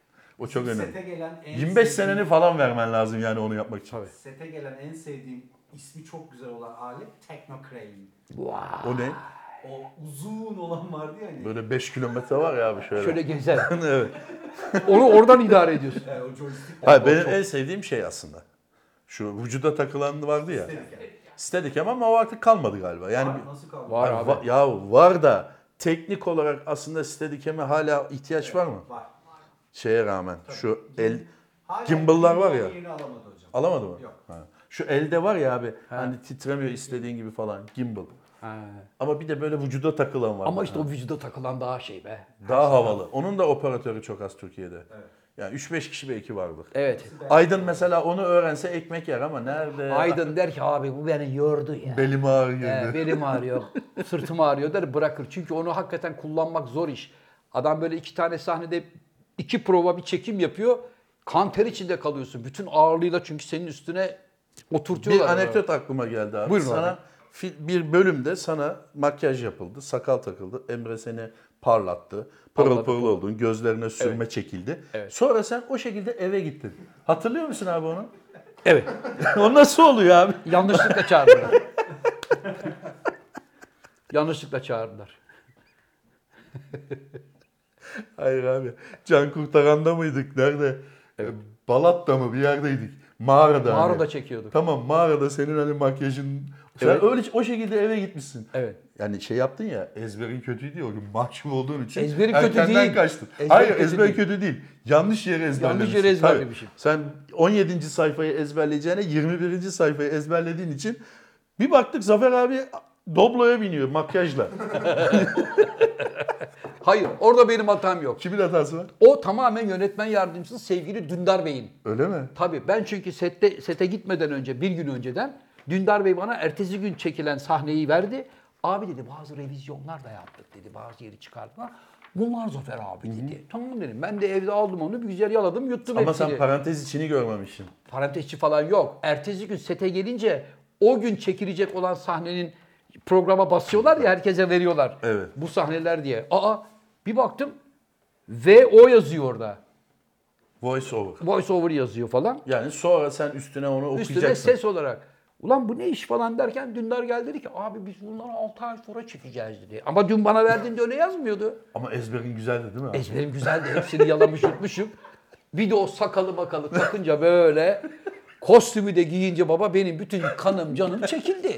O çok Sete önemli. gelen en 25 sevdiğim- seneni falan vermen lazım yani onu yapmak için. Tabii. Sete gelen en sevdiğim ismi çok güzel olan alet Techno Crane. Wow. O ne? O uzun olan vardı ya hani. Böyle 5 kilometre var ya abi şöyle. Şöyle gezer. evet. Onu oradan idare ediyorsun. O joystick. Hayır benim en sevdiğim şey aslında. Şu vücuda takılan vardı ya. Steadicam ama o artık kalmadı galiba. Yani Var, nasıl kaldı? Var abi. Ya var da teknik olarak aslında Steadicam'e hala ihtiyaç var mı? Var. Şeye rağmen şu Hala gimbal'lar var ya. Yeni alamadı hocam. Alamadı mı? Yok. Ha. Şu elde var ya abi hani titremiyor istediğin gibi falan gimbal. Ha. Ama bir de böyle vücuda takılan var. Ama işte o vücuda takılan daha şey be. Daha havalı. Onun da operatörü çok az Türkiye'de. Evet. Yani 3-5 kişi belki vardır. Evet. Aydın mesela onu öğrense ekmek yer ama nerede? Aydın der ki abi bu beni yordu ya. Belim ağrıyor. Belim ağrıyor, sırtım ağrıyor der bırakır. Çünkü onu hakikaten kullanmak zor iş. Adam böyle 2 tane sahnede 2 prova bir çekim yapıyor. Kan ter içinde kalıyorsun. Bütün ağırlığıyla çünkü senin üstüne oturtuyorlar. Bir anekdot aklıma geldi abi. Buyurun Sana bir bölümde sana makyaj yapıldı, sakal takıldı. Emre seni parlattı. Pırıl Parladı, pırıl oldun, gözlerine sürme çekildi. Evet. Sonra sen o şekilde eve gittin. Hatırlıyor musun abi onu? Evet. O nasıl oluyor abi? Yanlışlıkla çağırdılar. Yanlışlıkla çağırdılar. Hayır abi. Can Kurtaran'da mıydık? Nerede? Balat'ta mı? Bir yerdeydik. Mağarada. hani. Mağarada çekiyorduk. Tamam mağarada senin hani makyajın. Sen Evet. öyle o şekilde eve gitmişsin. Evet. Yani şey yaptın ya ezberin kötüydü ya o gün mahcup olduğun için. Ezberim kötü erkenden değil. kaçtın. Ezberim Hayır kötü ezber değil. kötü değil. Yanlış yere ezberlemişsin. Yanlış yere ezberlemişim. Tabii. Sen 17. sayfayı ezberleyeceğine 21. sayfayı ezberlediğin için bir baktık Zafer abi Doblo'ya biniyor makyajla. Hayır, orada benim hatam yok. Kimin hatası var? O tamamen yönetmen yardımcısı sevgili Dündar Bey'in. Öyle mi? Tabii ben çünkü sete gitmeden önce bir gün önceden Dündar Bey bana ertesi gün çekilen sahneyi verdi. Abi dedi bazı revizyonlar da yaptık dedi. Bazı yeri çıkartma. Bunlar Zafer abi dedi. Tamam dedim. Ben de evde aldım onu bir güzel yaladım yuttum Ama hepsini. sen parantez içini görmemişsin. Parantezçi falan yok. Ertesi gün sete gelince o gün çekilecek olan sahnenin programa basıyorlar ya herkese veriyorlar. Evet. Bu sahneler diye. Bir baktım VO yazıyor orada. Voice over. Voice over yazıyor falan. Yani sonra sen üstüne onu okuyacaksın. Üstüne ses olarak. Ulan bu ne iş falan derken Dündar geldi dedi ki abi biz bunları 6 ay sonra çekeceğiz dedi. Ama dün bana verdiğinde öyle yazmıyordu. Ama ezberin güzeldi değil mi abi? Ezberim güzeldi. Hepsini yalamış yutmuşum. Bir de o sakalı makalı takınca böyle kostümü de giyince baba benim bütün kanım canım çekildi.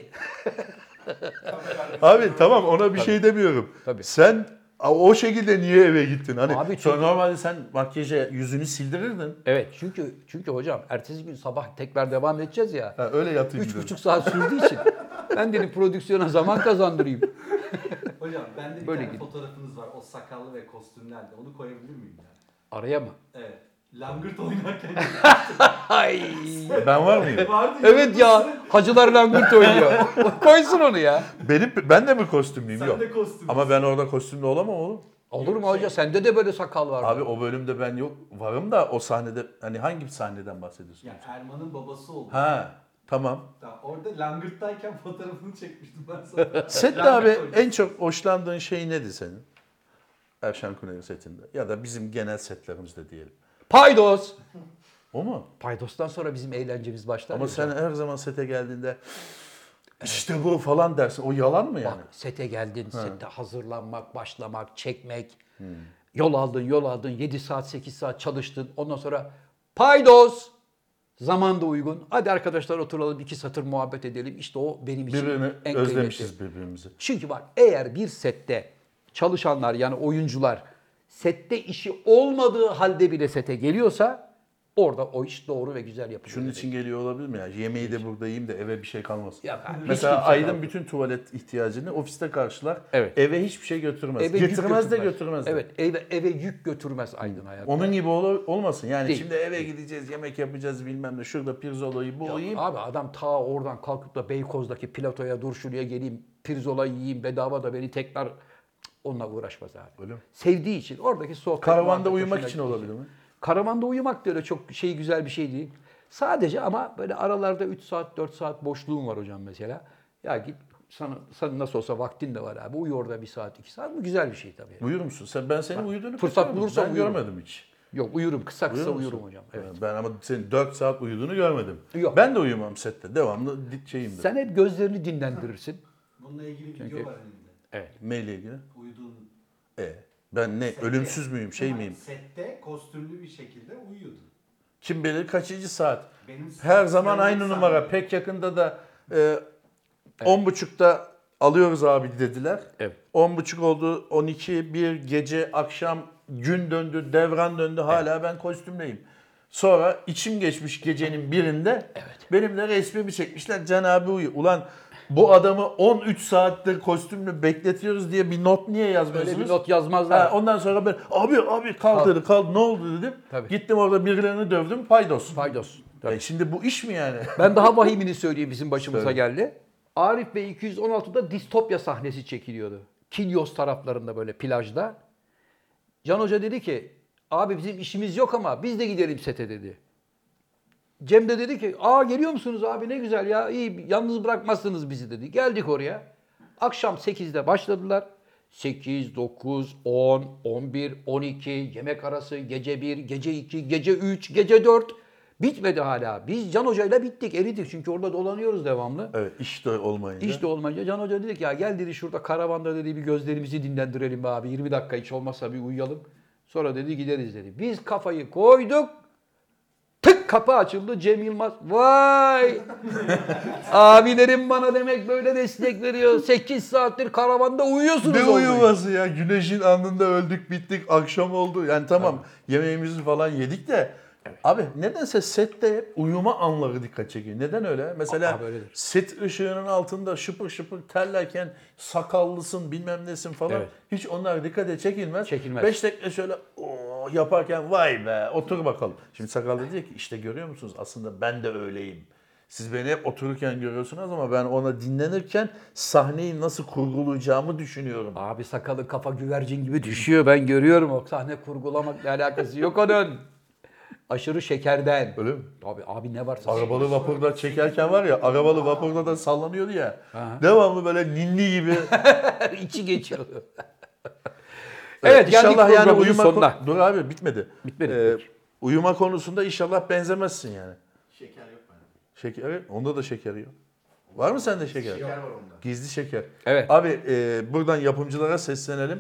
Abi tamam ona bir şey demiyorum. Tabii. Sen o şekilde niye eve gittin? Hani Abi sonra çünkü- normalde sen makyaja yüzünü sildirirdin. Evet çünkü hocam ertesi gün sabah tekrar devam edeceğiz ya. Ha, öyle yatayım dedim. 3,5 saat sürdüğü için ben dedim prodüksiyona zaman kazandırayım. Hocam bende bir Böyle tane gidiyor. fotoğrafınız var o sakallı ve kostümlerle. Onu koyabilir miyim ya? Araya mı? Evet. Langırt oynarken Ay. Ben var mıyım? vardı. Evet ya Hacılar Langırt oynuyor. Koysun onu ya. Ben de mi kostümlüyüm? Sen Yok. de kostüm. Ama ben orada kostümlü olamam oğlum. Olur mu hoca? Sende de böyle sakal var. Abi o bölümde ben yok varım da o sahnede hani hangi sahneden bahsediyorsun? Yani Erman'ın babası oldu. Ha tamam. Tamam, orada Langırt'tayken fotoğrafını çekmiştim ben sana. Sette Langırt abi oynuyor. en çok hoşlandığın şey nedir senin? Erşan Kuneri setinde ya da bizim genel setlerimizde diyelim. Paydos. O mu? Paydos'tan sonra bizim eğlencemiz başlar. Ama ya sen hocam. her zaman sete geldiğinde işte bu falan dersin. O yalan mı yani? Bak sete geldin, sette hazırlanmak, başlamak, çekmek. Yol aldın, 7 saat, 8 saat çalıştın. Ondan sonra paydos. Zaman da uygun. Hadi arkadaşlar oturalım 2 satır muhabbet edelim. İşte o benim için Birbirini en özlemişiz kıymetli. birbirimizi. Çünkü bak eğer bir sette çalışanlar yani oyuncular sette işi olmadığı halde bile sete geliyorsa orada o iş doğru ve güzel yapılıyor. Şunun için geliyor olabilir mi ya? Yemeği de burada yiyeyim de eve bir şey kalmasın. Ya ben hiç Mesela kimse Aydın kalmıyor. bütün tuvalet ihtiyacını ofiste karşılar. Evet. Eve hiçbir şey götürmez. Eve yük Getirmez de götürmez de. Evet eve yük götürmez Aydın hayatta. Onun gibi olmasın. Yani Değil. şimdi eve gideceğiz, yemek yapacağız bilmem ne. Şurada pirzolayı bulayım. Abi adam ta oradan kalkıp da Beykoz'daki platoya dur şuraya geleyim pirzola yiyeyim bedava da beni tekrar onunla uğraşmaz abi. Öyle mi? Sevdiği için oradaki sohbet. Karavanda muhabbet uyumak hoşuna için gittiği olabilir mi? Karavanda uyumak da öyle çok güzel bir şey değil. Sadece ama böyle aralarda 3 saat 4 saat boşluğun var hocam mesela. Ya git sana nasıl olsa vaktin de var abi. Uyu orada 1 saat 2 saat. Bu güzel bir şey tabii. Uyur musun? Ben senin uyuduğunu fırsat pek görmedim. bulursam ben uyurum. görmedim hiç. Yok uyurum kısa Uyuyor musun? uyurum hocam. Evet. Ben ama senin 4 saat uyuduğunu görmedim. Yok. Ben de uyumam sette. Devamlı şeyimdir. Sen hep gözlerini dinlendirirsin. Bununla ilgili video Çünkü- var elimde. Evet. Neyle ilgili? Uyuduğun Ben ne? sette. Ölümsüz müyüm? Şey Ama miyim? Sette kostümlü bir şekilde uyuyordun. Kim bilir kaçıncı saat? Benim Her zaman yanımdaki aynı numara. sahne- Pek yakında da 10.30'da alıyoruz abi dediler. Evet. 10.30 oldu, 12, bir gece, akşam, gün döndü, devran döndü. Hala ben kostümdeyim. Sonra içim geçmiş gecenin birinde. Benimle resmimi çekmişler. Can abi uyu. Ulan bu adamı 13 saattir kostümle bekletiyoruz diye bir not niye yazmıyorsunuz? Öyle bir not yazmazlar. Ondan sonra ben abi kalk dedi, kalk ne oldu dedim. Tabii. Gittim orada birilerini dövdüm, paydos. Paydos. Tabii. Şimdi bu iş mi yani? Ben daha vahimini söyleyeyim, bizim başımıza Söyle. geldi. Arif Bey 216'da distopya sahnesi çekiliyordu. Kilyos taraflarında, böyle plajda. Can Hoca dedi ki, abi bizim işimiz yok ama biz de gidelim sete dedi. Cem de dedi ki, geliyor musunuz abi, ne güzel ya, iyi, yalnız bırakmazsınız bizi dedi. Geldik oraya. Akşam 8'de başladılar. 8, 9, 10, 11, 12, yemek arası, gece 1, gece 2, gece 3, gece 4. Bitmedi hala. Biz Can Hoca'yla bittik, eridik. Çünkü orada dolanıyoruz devamlı. Evet, işte olmayınca. İşte olmayınca Can Hoca dedi ki, ya gel dedi, şurada karavanda dedi bir gözlerimizi dinlendirelim be abi. 20 dakika hiç olmazsa bir uyuyalım. Sonra dedi gideriz dedi. Biz kafayı koyduk. Tık, kapı açıldı. Cem Yılmaz. Vay! Abilerim bana demek böyle destek veriyor. 8 saattir karavanda uyuyorsunuz. Ne oldu. uyuması ya? Güneşin alnında öldük bittik, akşam oldu. Yani tamam yemeğimizi falan yedik de abi nedense sette hep uyuma anları dikkat çekiyor. Neden öyle? Mesela Abi öyledir. set ışığının altında şıpır şıpır terlerken sakallısın bilmem nesin falan. Evet. Hiç onlar dikkate çekilmez. Çekilmez. 5 dakika şöyle yaparken vay be otur bakalım. Şimdi sakallı diyor ki işte görüyor musunuz aslında ben de öyleyim. Siz beni hep otururken görüyorsunuz ama ben ona dinlenirken sahneyi nasıl kurgulayacağımı düşünüyorum. Abi sakalı kafa güvercin gibi düşüyor. Ben görüyorum, o sahne kurgulamakla alakası yok onun. Aşırı şekerden. Öyle mi? Abi ne varsa. Arabalı vapurda çekerken var ya, arabalı vapurda da sallanıyordu ya. Aha. Devamlı böyle ninni gibi. içi geçiyor. Evet, geldik inşallah yani programımızın uyuma sonuna. Dur abi bitmedi. Bitmedi. Uyuma konusunda inşallah benzemezsin yani. Şeker yok bende. Şeker, evet, onda da şeker yok. Var mı sende şeker? Şeker var onda. Gizli şeker. Evet. Abi buradan yapımcılara seslenelim.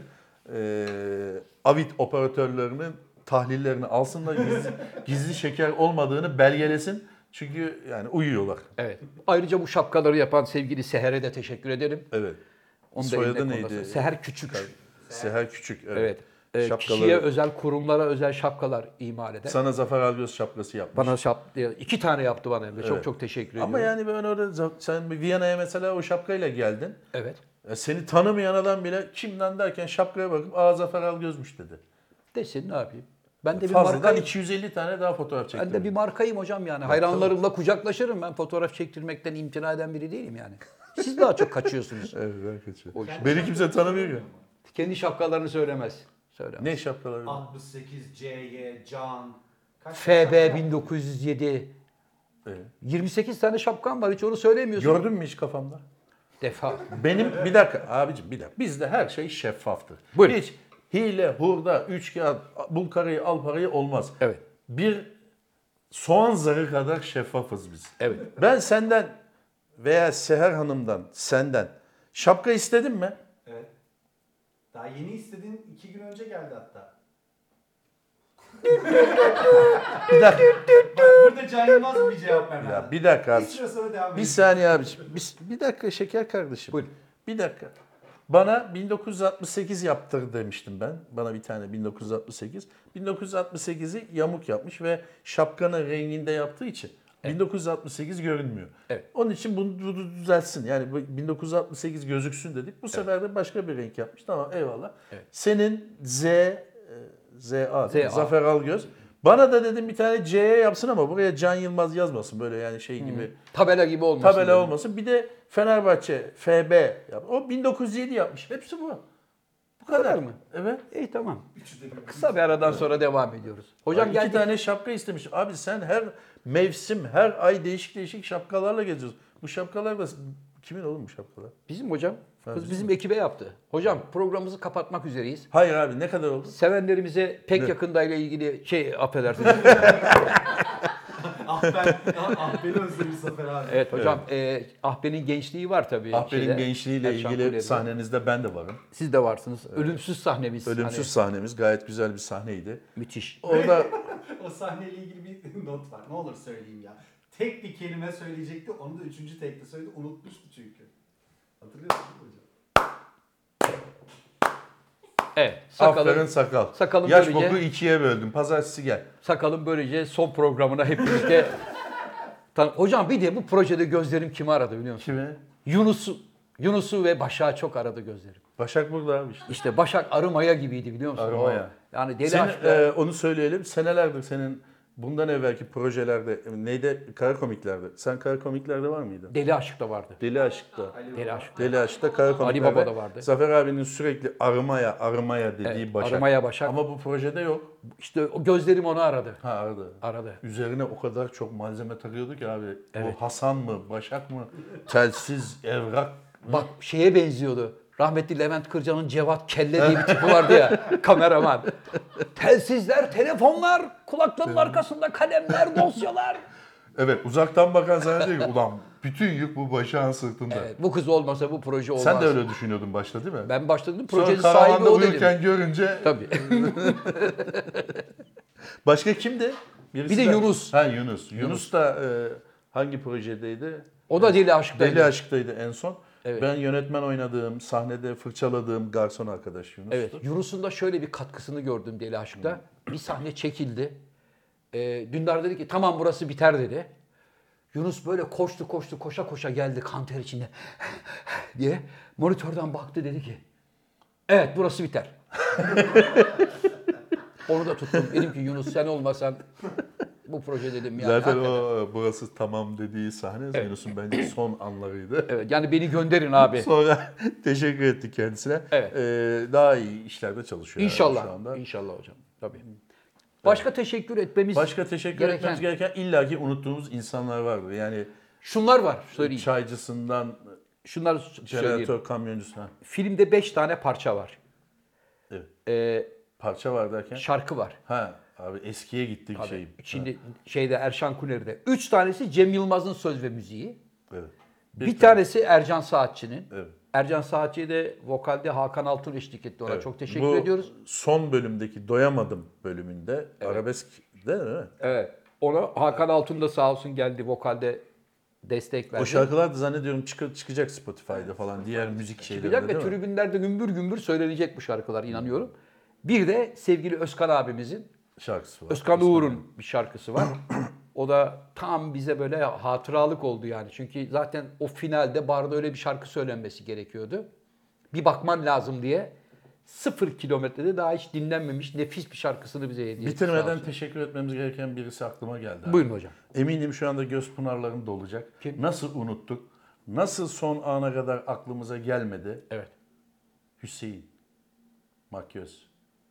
Avid operatörlerinin tahlillerini alsınlar. Gizli şeker olmadığını belgelesin. Çünkü yani uyuyorlar. Evet. Ayrıca bu şapkaları yapan sevgili Seher'e de teşekkür ederim. Evet. Onu da Soyadı eline neydi? konusu. Seher Küçük. Seher Küçük. Evet. Evet. Şapkaları- Kişiye özel, kurumlara özel şapkalar imal eder. Sana Zafer Algöz şapkası yapmış. Bana 2 tane yaptı bana hem de. Çok Evet. çok teşekkür ediyorum. Ama yani ben orada sen Viyana'ya mesela o şapkayla geldin. Evet. Seni tanımayan adam bile kimden derken şapkaya bakıp Zafer Algöz'müş dedi. Desin ne yapayım? Ben de bir Fazladan markayım. 250 tane daha fotoğraf Ben çektim. de bir markayım hocam yani. Hayranlarımla kucaklaşırım. Ben fotoğraf çektirmekten imtina eden biri değilim yani. Siz daha çok kaçıyorsunuz. Evet ben kaçıyorum. O iş. Beni kimse tanımıyor ki. Kendi şapkalarını söylemez. Söylemez. Ne şapkaları? 68, CY, Can. Kaç FB 1907. Evet. 28 tane şapkan var. Hiç onu söylemiyorsun. Gördün mü hiç kafamda? Defa. Benim bir dakika abicim bir dakika. Bizde her şey şeffaftır. Buyurun. Hiç hile, hurda, üçkağıt, bul karayı al parayı olmaz. Evet. Bir soğan zarı kadar şeffafız biz. Evet. Ben senden veya Seher Hanım'dan, senden şapka istedim mi? Evet. Daha yeni istediğin 2 gün önce geldi hatta. Bir dakika. Bak burada Can Yılmaz bir cevap vermem. Ya bir dakika Bir abi. süre sonra devam Bir edelim. saniye abiciğim. Bir dakika şeker kardeşim. Buyurun. Bir dakika. Bana 1968 yaptır demiştim ben. Bana bir tane 1968. 1968'i yamuk yapmış ve şapkanın renginde yaptığı için 1968 görünmüyor. Evet. Onun için bunu düzeltsin. Yani bu 1968 gözüksün dedik. Bu sefer de başka bir renk yapmış. Tamam eyvallah. Evet. Senin ZA, ZA. Zafer Algöz. Bana da dedim bir tane C'ye yapsın ama buraya Can Yılmaz yazmasın. Böyle yani şey gibi. Tabela gibi olmasın. Tabela dedim. olmasın. Bir de Fenerbahçe FB yap. O 1907 yapmış. Hepsi bu. Bu kadar kadar mı? Evet. İyi tamam. Kısa bir aradan sonra devam ediyoruz. Hocam İki geldik. tane şapka istemiş. Abi sen her mevsim, her ay değişik değişik şapkalarla geziyorsun. Bu şapkalar da kimin oğlum bu şapkalar? Bizim hocam. Ha, Kız bizim bizim ekibe yaptı. Hocam programımızı kapatmak üzereyiz. Hayır abi ne kadar oldu? Sevenlerimize pek Ne? yakındayla ilgili affedersiniz. Beni özlemiş Zafer abi. Evet hocam. Ahben'in gençliği var tabii. Ahber'in şeyde. gençliğiyle Erşan ilgili Kuler'de. sahnenizde ben de varım. Siz de varsınız. Ölümsüz sahnemiz. Ölümsüz Hani sahnemiz gayet güzel bir sahneydi. müthiş. Orada O sahneyle ilgili bir not var. Ne olur söyleyeyim ya. Tek bir kelime söyleyecekti. Onu da 3. tekte söyledi. Unutmuştu çünkü. Hatırlıyorsun değil mi hocam? Evet. Aferin sakal. sakalın Yaş böylece- boku ikiye böldüm. Pazartesi gel. Sakalın böylece son programına hep birlikte... Hocam bir de bu projede gözlerim kimi aradı biliyor musun? Kime? Yunus'u ve Başak'ı çok aradı gözlerim. Başak burada abi işte. İşte Başak Arımaya gibiydi biliyor musun? Arımaya. Yani deli Senin, aşkla. onu söyleyelim. Senelerdir senin bundan evvelki projelerde neydi? Kara komiklerde. Sen kara komiklerde var mıydın? Deli aşk da vardı. Deli Aşk'ta. Deli aşk. Deli Aşk'ta kara komiklerde. Baba da vardı. Zafer abinin sürekli arımaya dediği Evet, Başak. Arımaya Başak. Ama bu projede yok. İşte o gözlerim onu aradı. Ha aradı. Aradı. Üzerine o kadar çok malzeme takıyordu ki abi. Evet. Bu Hasan mı, Başak mı, telsiz, evrak. Bak şeye benziyordu. Rahmetli Levent Kırca'nın Cevat Kelle diye bir tipi vardı ya, kameraman. Telsizler, telefonlar, kulaklarının arkasında kalemler, dosyalar. Evet, uzaktan bakan zannediyor ki ulan bütün yük bu Başak'ın sırtında. Evet, bu kız olmasa bu proje olmaz. Sen de öyle düşünüyordun başta değil mi? Ben başladım, Sonra projenin sahibi karavanda o dedim. uyurken görünce Tabii. başka kimdi? Birisi Bir de Yunus. Ha Yunus. Yunus da hangi projedeydi? O da Deli Aşk'taydı. Deli Aşk'taydı en son. Evet. Ben yönetmen oynadığım, sahnede fırçaladığım garson arkadaş Yunus'tu. Evet, Yunus'un da şöyle bir katkısını gördüm Deli Aşk'ta. Bir sahne çekildi. Dündar dedi ki tamam burası biter dedi. Yunus böyle koştu koşa koşa geldi kanter içinde diye monitörden baktı dedi ki evet burası biter. Onu da tuttum. Dedim ki Yunus sen olmasan bu proje dedim yani. Zaten hakikaten. o burası tamam dediği sahne Yunus'un bence son anlarıydı. Evet, yani beni gönderin abi. Sonra teşekkür ettik kendisine. Evet. Daha iyi işlerde çalışıyor İnşallah. şu anda. İnşallah hocam. Tabii. Başka teşekkür etmemiz Başka teşekkür etmemiz gereken illaki unuttuğumuz insanlar vardır. Yani şunlar var söyleyeyim. çaycısından Şunları söyleyeyim. jeneratör kamyoncusuna. Filmde 5 tane parça var. Evet. Parça var derken. Şarkı var. Ha abi eskiye gittik şeyim. Şimdi şeyde Erşan Kuneri'de. 3 tanesi Cem Yılmaz'ın söz ve müziği. Evet. Bir tanesi Ercan Saatçı'nın. Evet. Ercan Saatçı'ya de vokalde Hakan Altun eşlik etti. Ona Evet. çok teşekkür Bu ediyoruz. son bölümdeki Doyamadım bölümünde arabesk değil mi? Evet. Ona Hakan Altun da sağ olsun geldi vokalde destek verdi. O şarkılar da zannediyorum çıkacak Spotify'da falan diğer müzik şeylerinde Çıkacak ve değil mi? tribünlerde gümbür gümbür söylenecek bu şarkılar inanıyorum. Bir de sevgili Özkan abimizin, Şarkısı var. Özkan Uğur'un bir şarkısı var. O da tam bize böyle hatıralık oldu yani. Çünkü zaten o finalde barda öyle bir şarkı söylenmesi gerekiyordu. Bir bakman lazım diye 0 kilometrede daha hiç dinlenmemiş nefis bir şarkısını bize hediye etti. Sağ Bitirmeden olsun. teşekkür etmemiz gereken birisi aklıma geldi. abi. Buyurun hocam. Eminim şu anda göz pınarlarında olacak. Kim? Nasıl unuttuk? Nasıl son ana kadar aklımıza gelmedi? Evet. Hüseyin. Makyöz.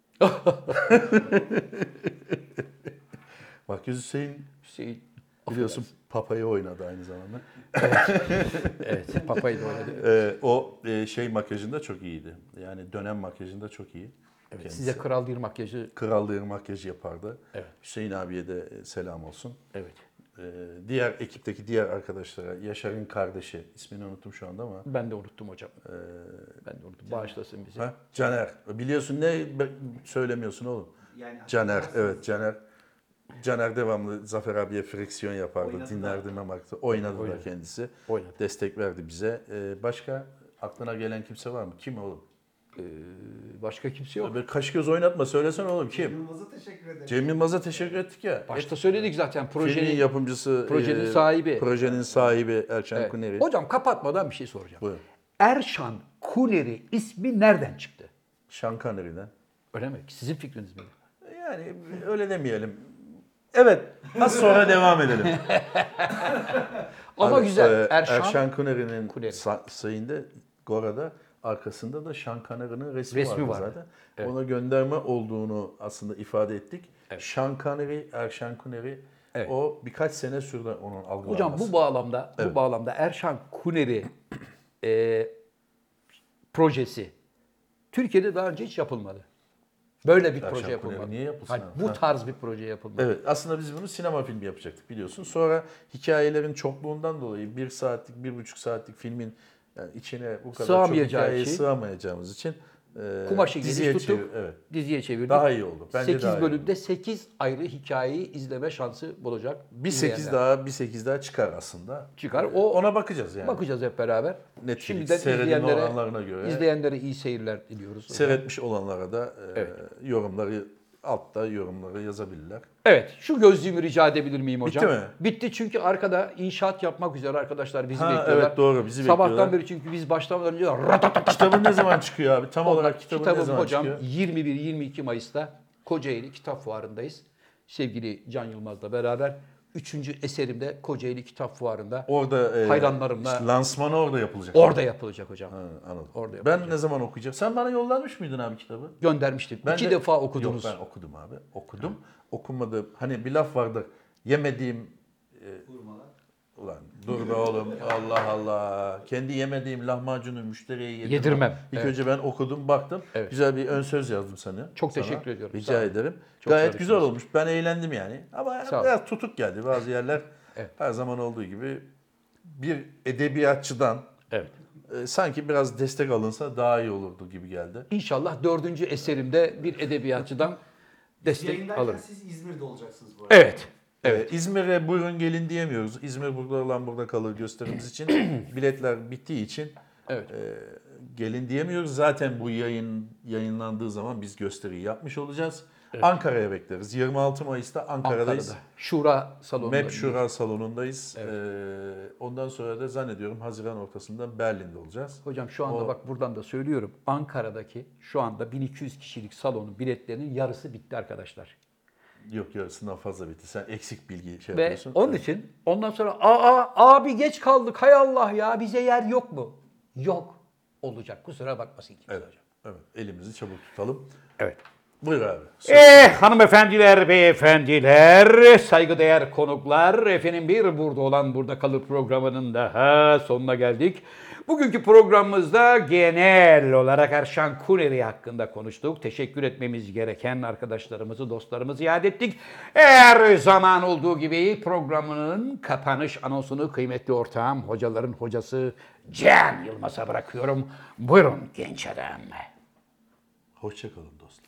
Makyöz Hüseyin. biliyorsun Papa'yı oynadı aynı zamanda. Evet. Papayı da oynadı. O şey makyajında çok iyiydi. Yani dönem makyajında çok iyi. Evet, Kendisi. size Kral Bir makyajı. Kral Değer makyajı yapardı. Evet. Hüseyin abiye de selam olsun. Evet. Diğer ekipteki diğer arkadaşlara, Yaşar'ın kardeşi, ismini unuttum şu anda ama. Ben de unuttum hocam. Ben de unuttum. Bağışlasın bizi. Ha? Caner. Biliyorsun söylemiyorsun oğlum. Yani Caner, evet Caner. Caner devamlı Zafer abiye friksiyon yapardı. Oynadı Dinlerdim ama oynadı da Oynadı. kendisi. Oynadı. Destek verdi bize. Başka aklına gelen kimse var mı? Kim oğlum? Başka kimse yok. Böyle kaş göz oynatma söylesene oğlum kim? Yılmaz'a teşekkür ederim. Cem Yılmaz'a teşekkür ettik ya. Başta söyledik zaten Filmin projenin yapımcısı, projenin sahibi. Projenin sahibi Erşan Evet. Kuneri. Hocam kapatmadan bir şey soracağım. Buyurun. Erşan Kuneri ismi nereden çıktı? Sean Connery'den. Öyle mi? Sizin fikriniz mi? Yani öyle demeyelim. Evet, az sonra devam edelim. Ama Abi, güzel. Erşan Kuneri'nin Kuneri. sayında Gora'da arkasında da Sean Connery'nin resmi Resmi vardı vardı. zaten. Evet. Ona gönderme olduğunu aslında ifade ettik. Evet. Sean Connery, Erşan Kuneri Evet. o birkaç sene sürdü onun algılanması. Hocam bu bağlamda Erşan Kuneri projesi Türkiye'de daha önce hiç yapılmadı. Böyle bir Erşan proje Kuneri yapılmadı. niye yapılsın Hani abi? bu Ha. tarz bir proje yapılmadı. Evet, aslında biz bunu sinema filmi yapacaktık biliyorsun. Sonra hikayelerin çokluğundan dolayı 1 saatlik, 1,5 saatlik filmin yani içine bu kadar çok Sığamayacağı hikayeyi için. sığamayacağımız için Kumaşı diziye geniş tuttuk. evet. Diziye çevirdik. Daha iyi oldu. Bence 8 daha iyi bölümde 8 ayrı hikayeyi izleme şansı bulacak. Bir izleyenler. 8 daha çıkar aslında. Çıkar. O Ona bakacağız yani. bakacağız hep beraber. Netflix Şimdiden seyredilme oranlarına göre. izleyenlere iyi seyirler diliyoruz. Seyretmiş olanlara da Evet. altta yorumları yazabilirler. Evet, şu gözlüğümü rica edebilir miyim hocam? Bitti mi? Bitti çünkü arkada inşaat yapmak üzere arkadaşlar bizi Ha, bekliyorlar. evet, doğru, bizi Sabahtan bekliyorlar. beri çünkü biz başlamadan önce ratatatat. Kitabın ne zaman çıkıyor abi? Tam olarak kitabın ne zaman hocam çıkıyor? 21-22 Mayıs'ta Kocaeli Kitap Fuarı'ndayız. Sevgili Can Yılmaz'la beraber 3. eserimde Kocaeli Kitap Fuarı'nda Orada hayranlarımla işte lansmanı orada yapılacak. orada yapılacak hocam. Ha, anladım. Orada Ben yapılacak. ne zaman okuyacağım? Sen bana yollamış mıydın abi kitabı? Göndermiştim. Ben 2 de- defa okudunuz. Yok, ben okudum abi. Okudum. Okunmadı. Hani bir laf vardır. Yemediğim Vurmalar. ulan dur be oğlum. Allah Allah. Kendi yemediğim lahmacunu müşteriye yedirmem. Yedirmem. İlk Evet. önce ben okudum, baktım. Evet. Güzel bir ön söz yazdım sana. Çok teşekkür ediyorum. Sağ Rica olun. ederim. Çok Gayet zarifsiniz. güzel olmuş. Ben eğlendim yani. Ama Sağ olun. biraz tutuk geldi bazı yerler. Evet. Her zaman olduğu gibi bir edebiyatçıdan Evet. sanki biraz destek alınsa daha iyi olurdu gibi geldi. İnşallah 4. eserimde bir edebiyatçıdan destek Yayındayken alırım. siz İzmir'de olacaksınız bu arada. Evet. Evet. İzmir'e buyurun gelin diyemiyoruz. İzmir burada olan burada kalır gösterimiz için. Biletler bittiği için Evet. gelin diyemiyoruz. Zaten bu yayınlandığı zaman biz gösteriyi yapmış olacağız. Ankara'ya bekleriz. 26 Mayıs'ta Ankara'dayız. Ankara'da. Şura salonunda. MEP Şura salonundayız. Ondan sonra da zannediyorum Haziran ortasında Berlin'de olacağız. Hocam şu anda bak buradan da söylüyorum. Ankara'daki şu anda 1200 kişilik salonun biletlerinin yarısı bitti arkadaşlar. Yok, yarısından fazla bitti. Sen eksik bilgi şey Ve yapıyorsun. onun için ondan sonra abi geç kaldık hay Allah ya bize yer yok mu? Yok. Olacak. Kusura bakmasın kimse Evet, hocam. evet. Elimizi çabuk tutalım. Evet. Buyur abi. Hanımefendiler, beyefendiler, saygıdeğer konuklar, efendim bir burada olan burada kalır programının daha sonuna geldik. Bugünkü programımızda genel olarak Erşan Kuneri hakkında konuştuk. Teşekkür etmemiz gereken arkadaşlarımızı, dostlarımızı iade ettik. Her zaman olduğu gibi programının kapanış anonsunu kıymetli ortağım, hocaların hocası Can Yılmaz'a bırakıyorum. Buyurun genç adam. Hoşça kalın dostlar.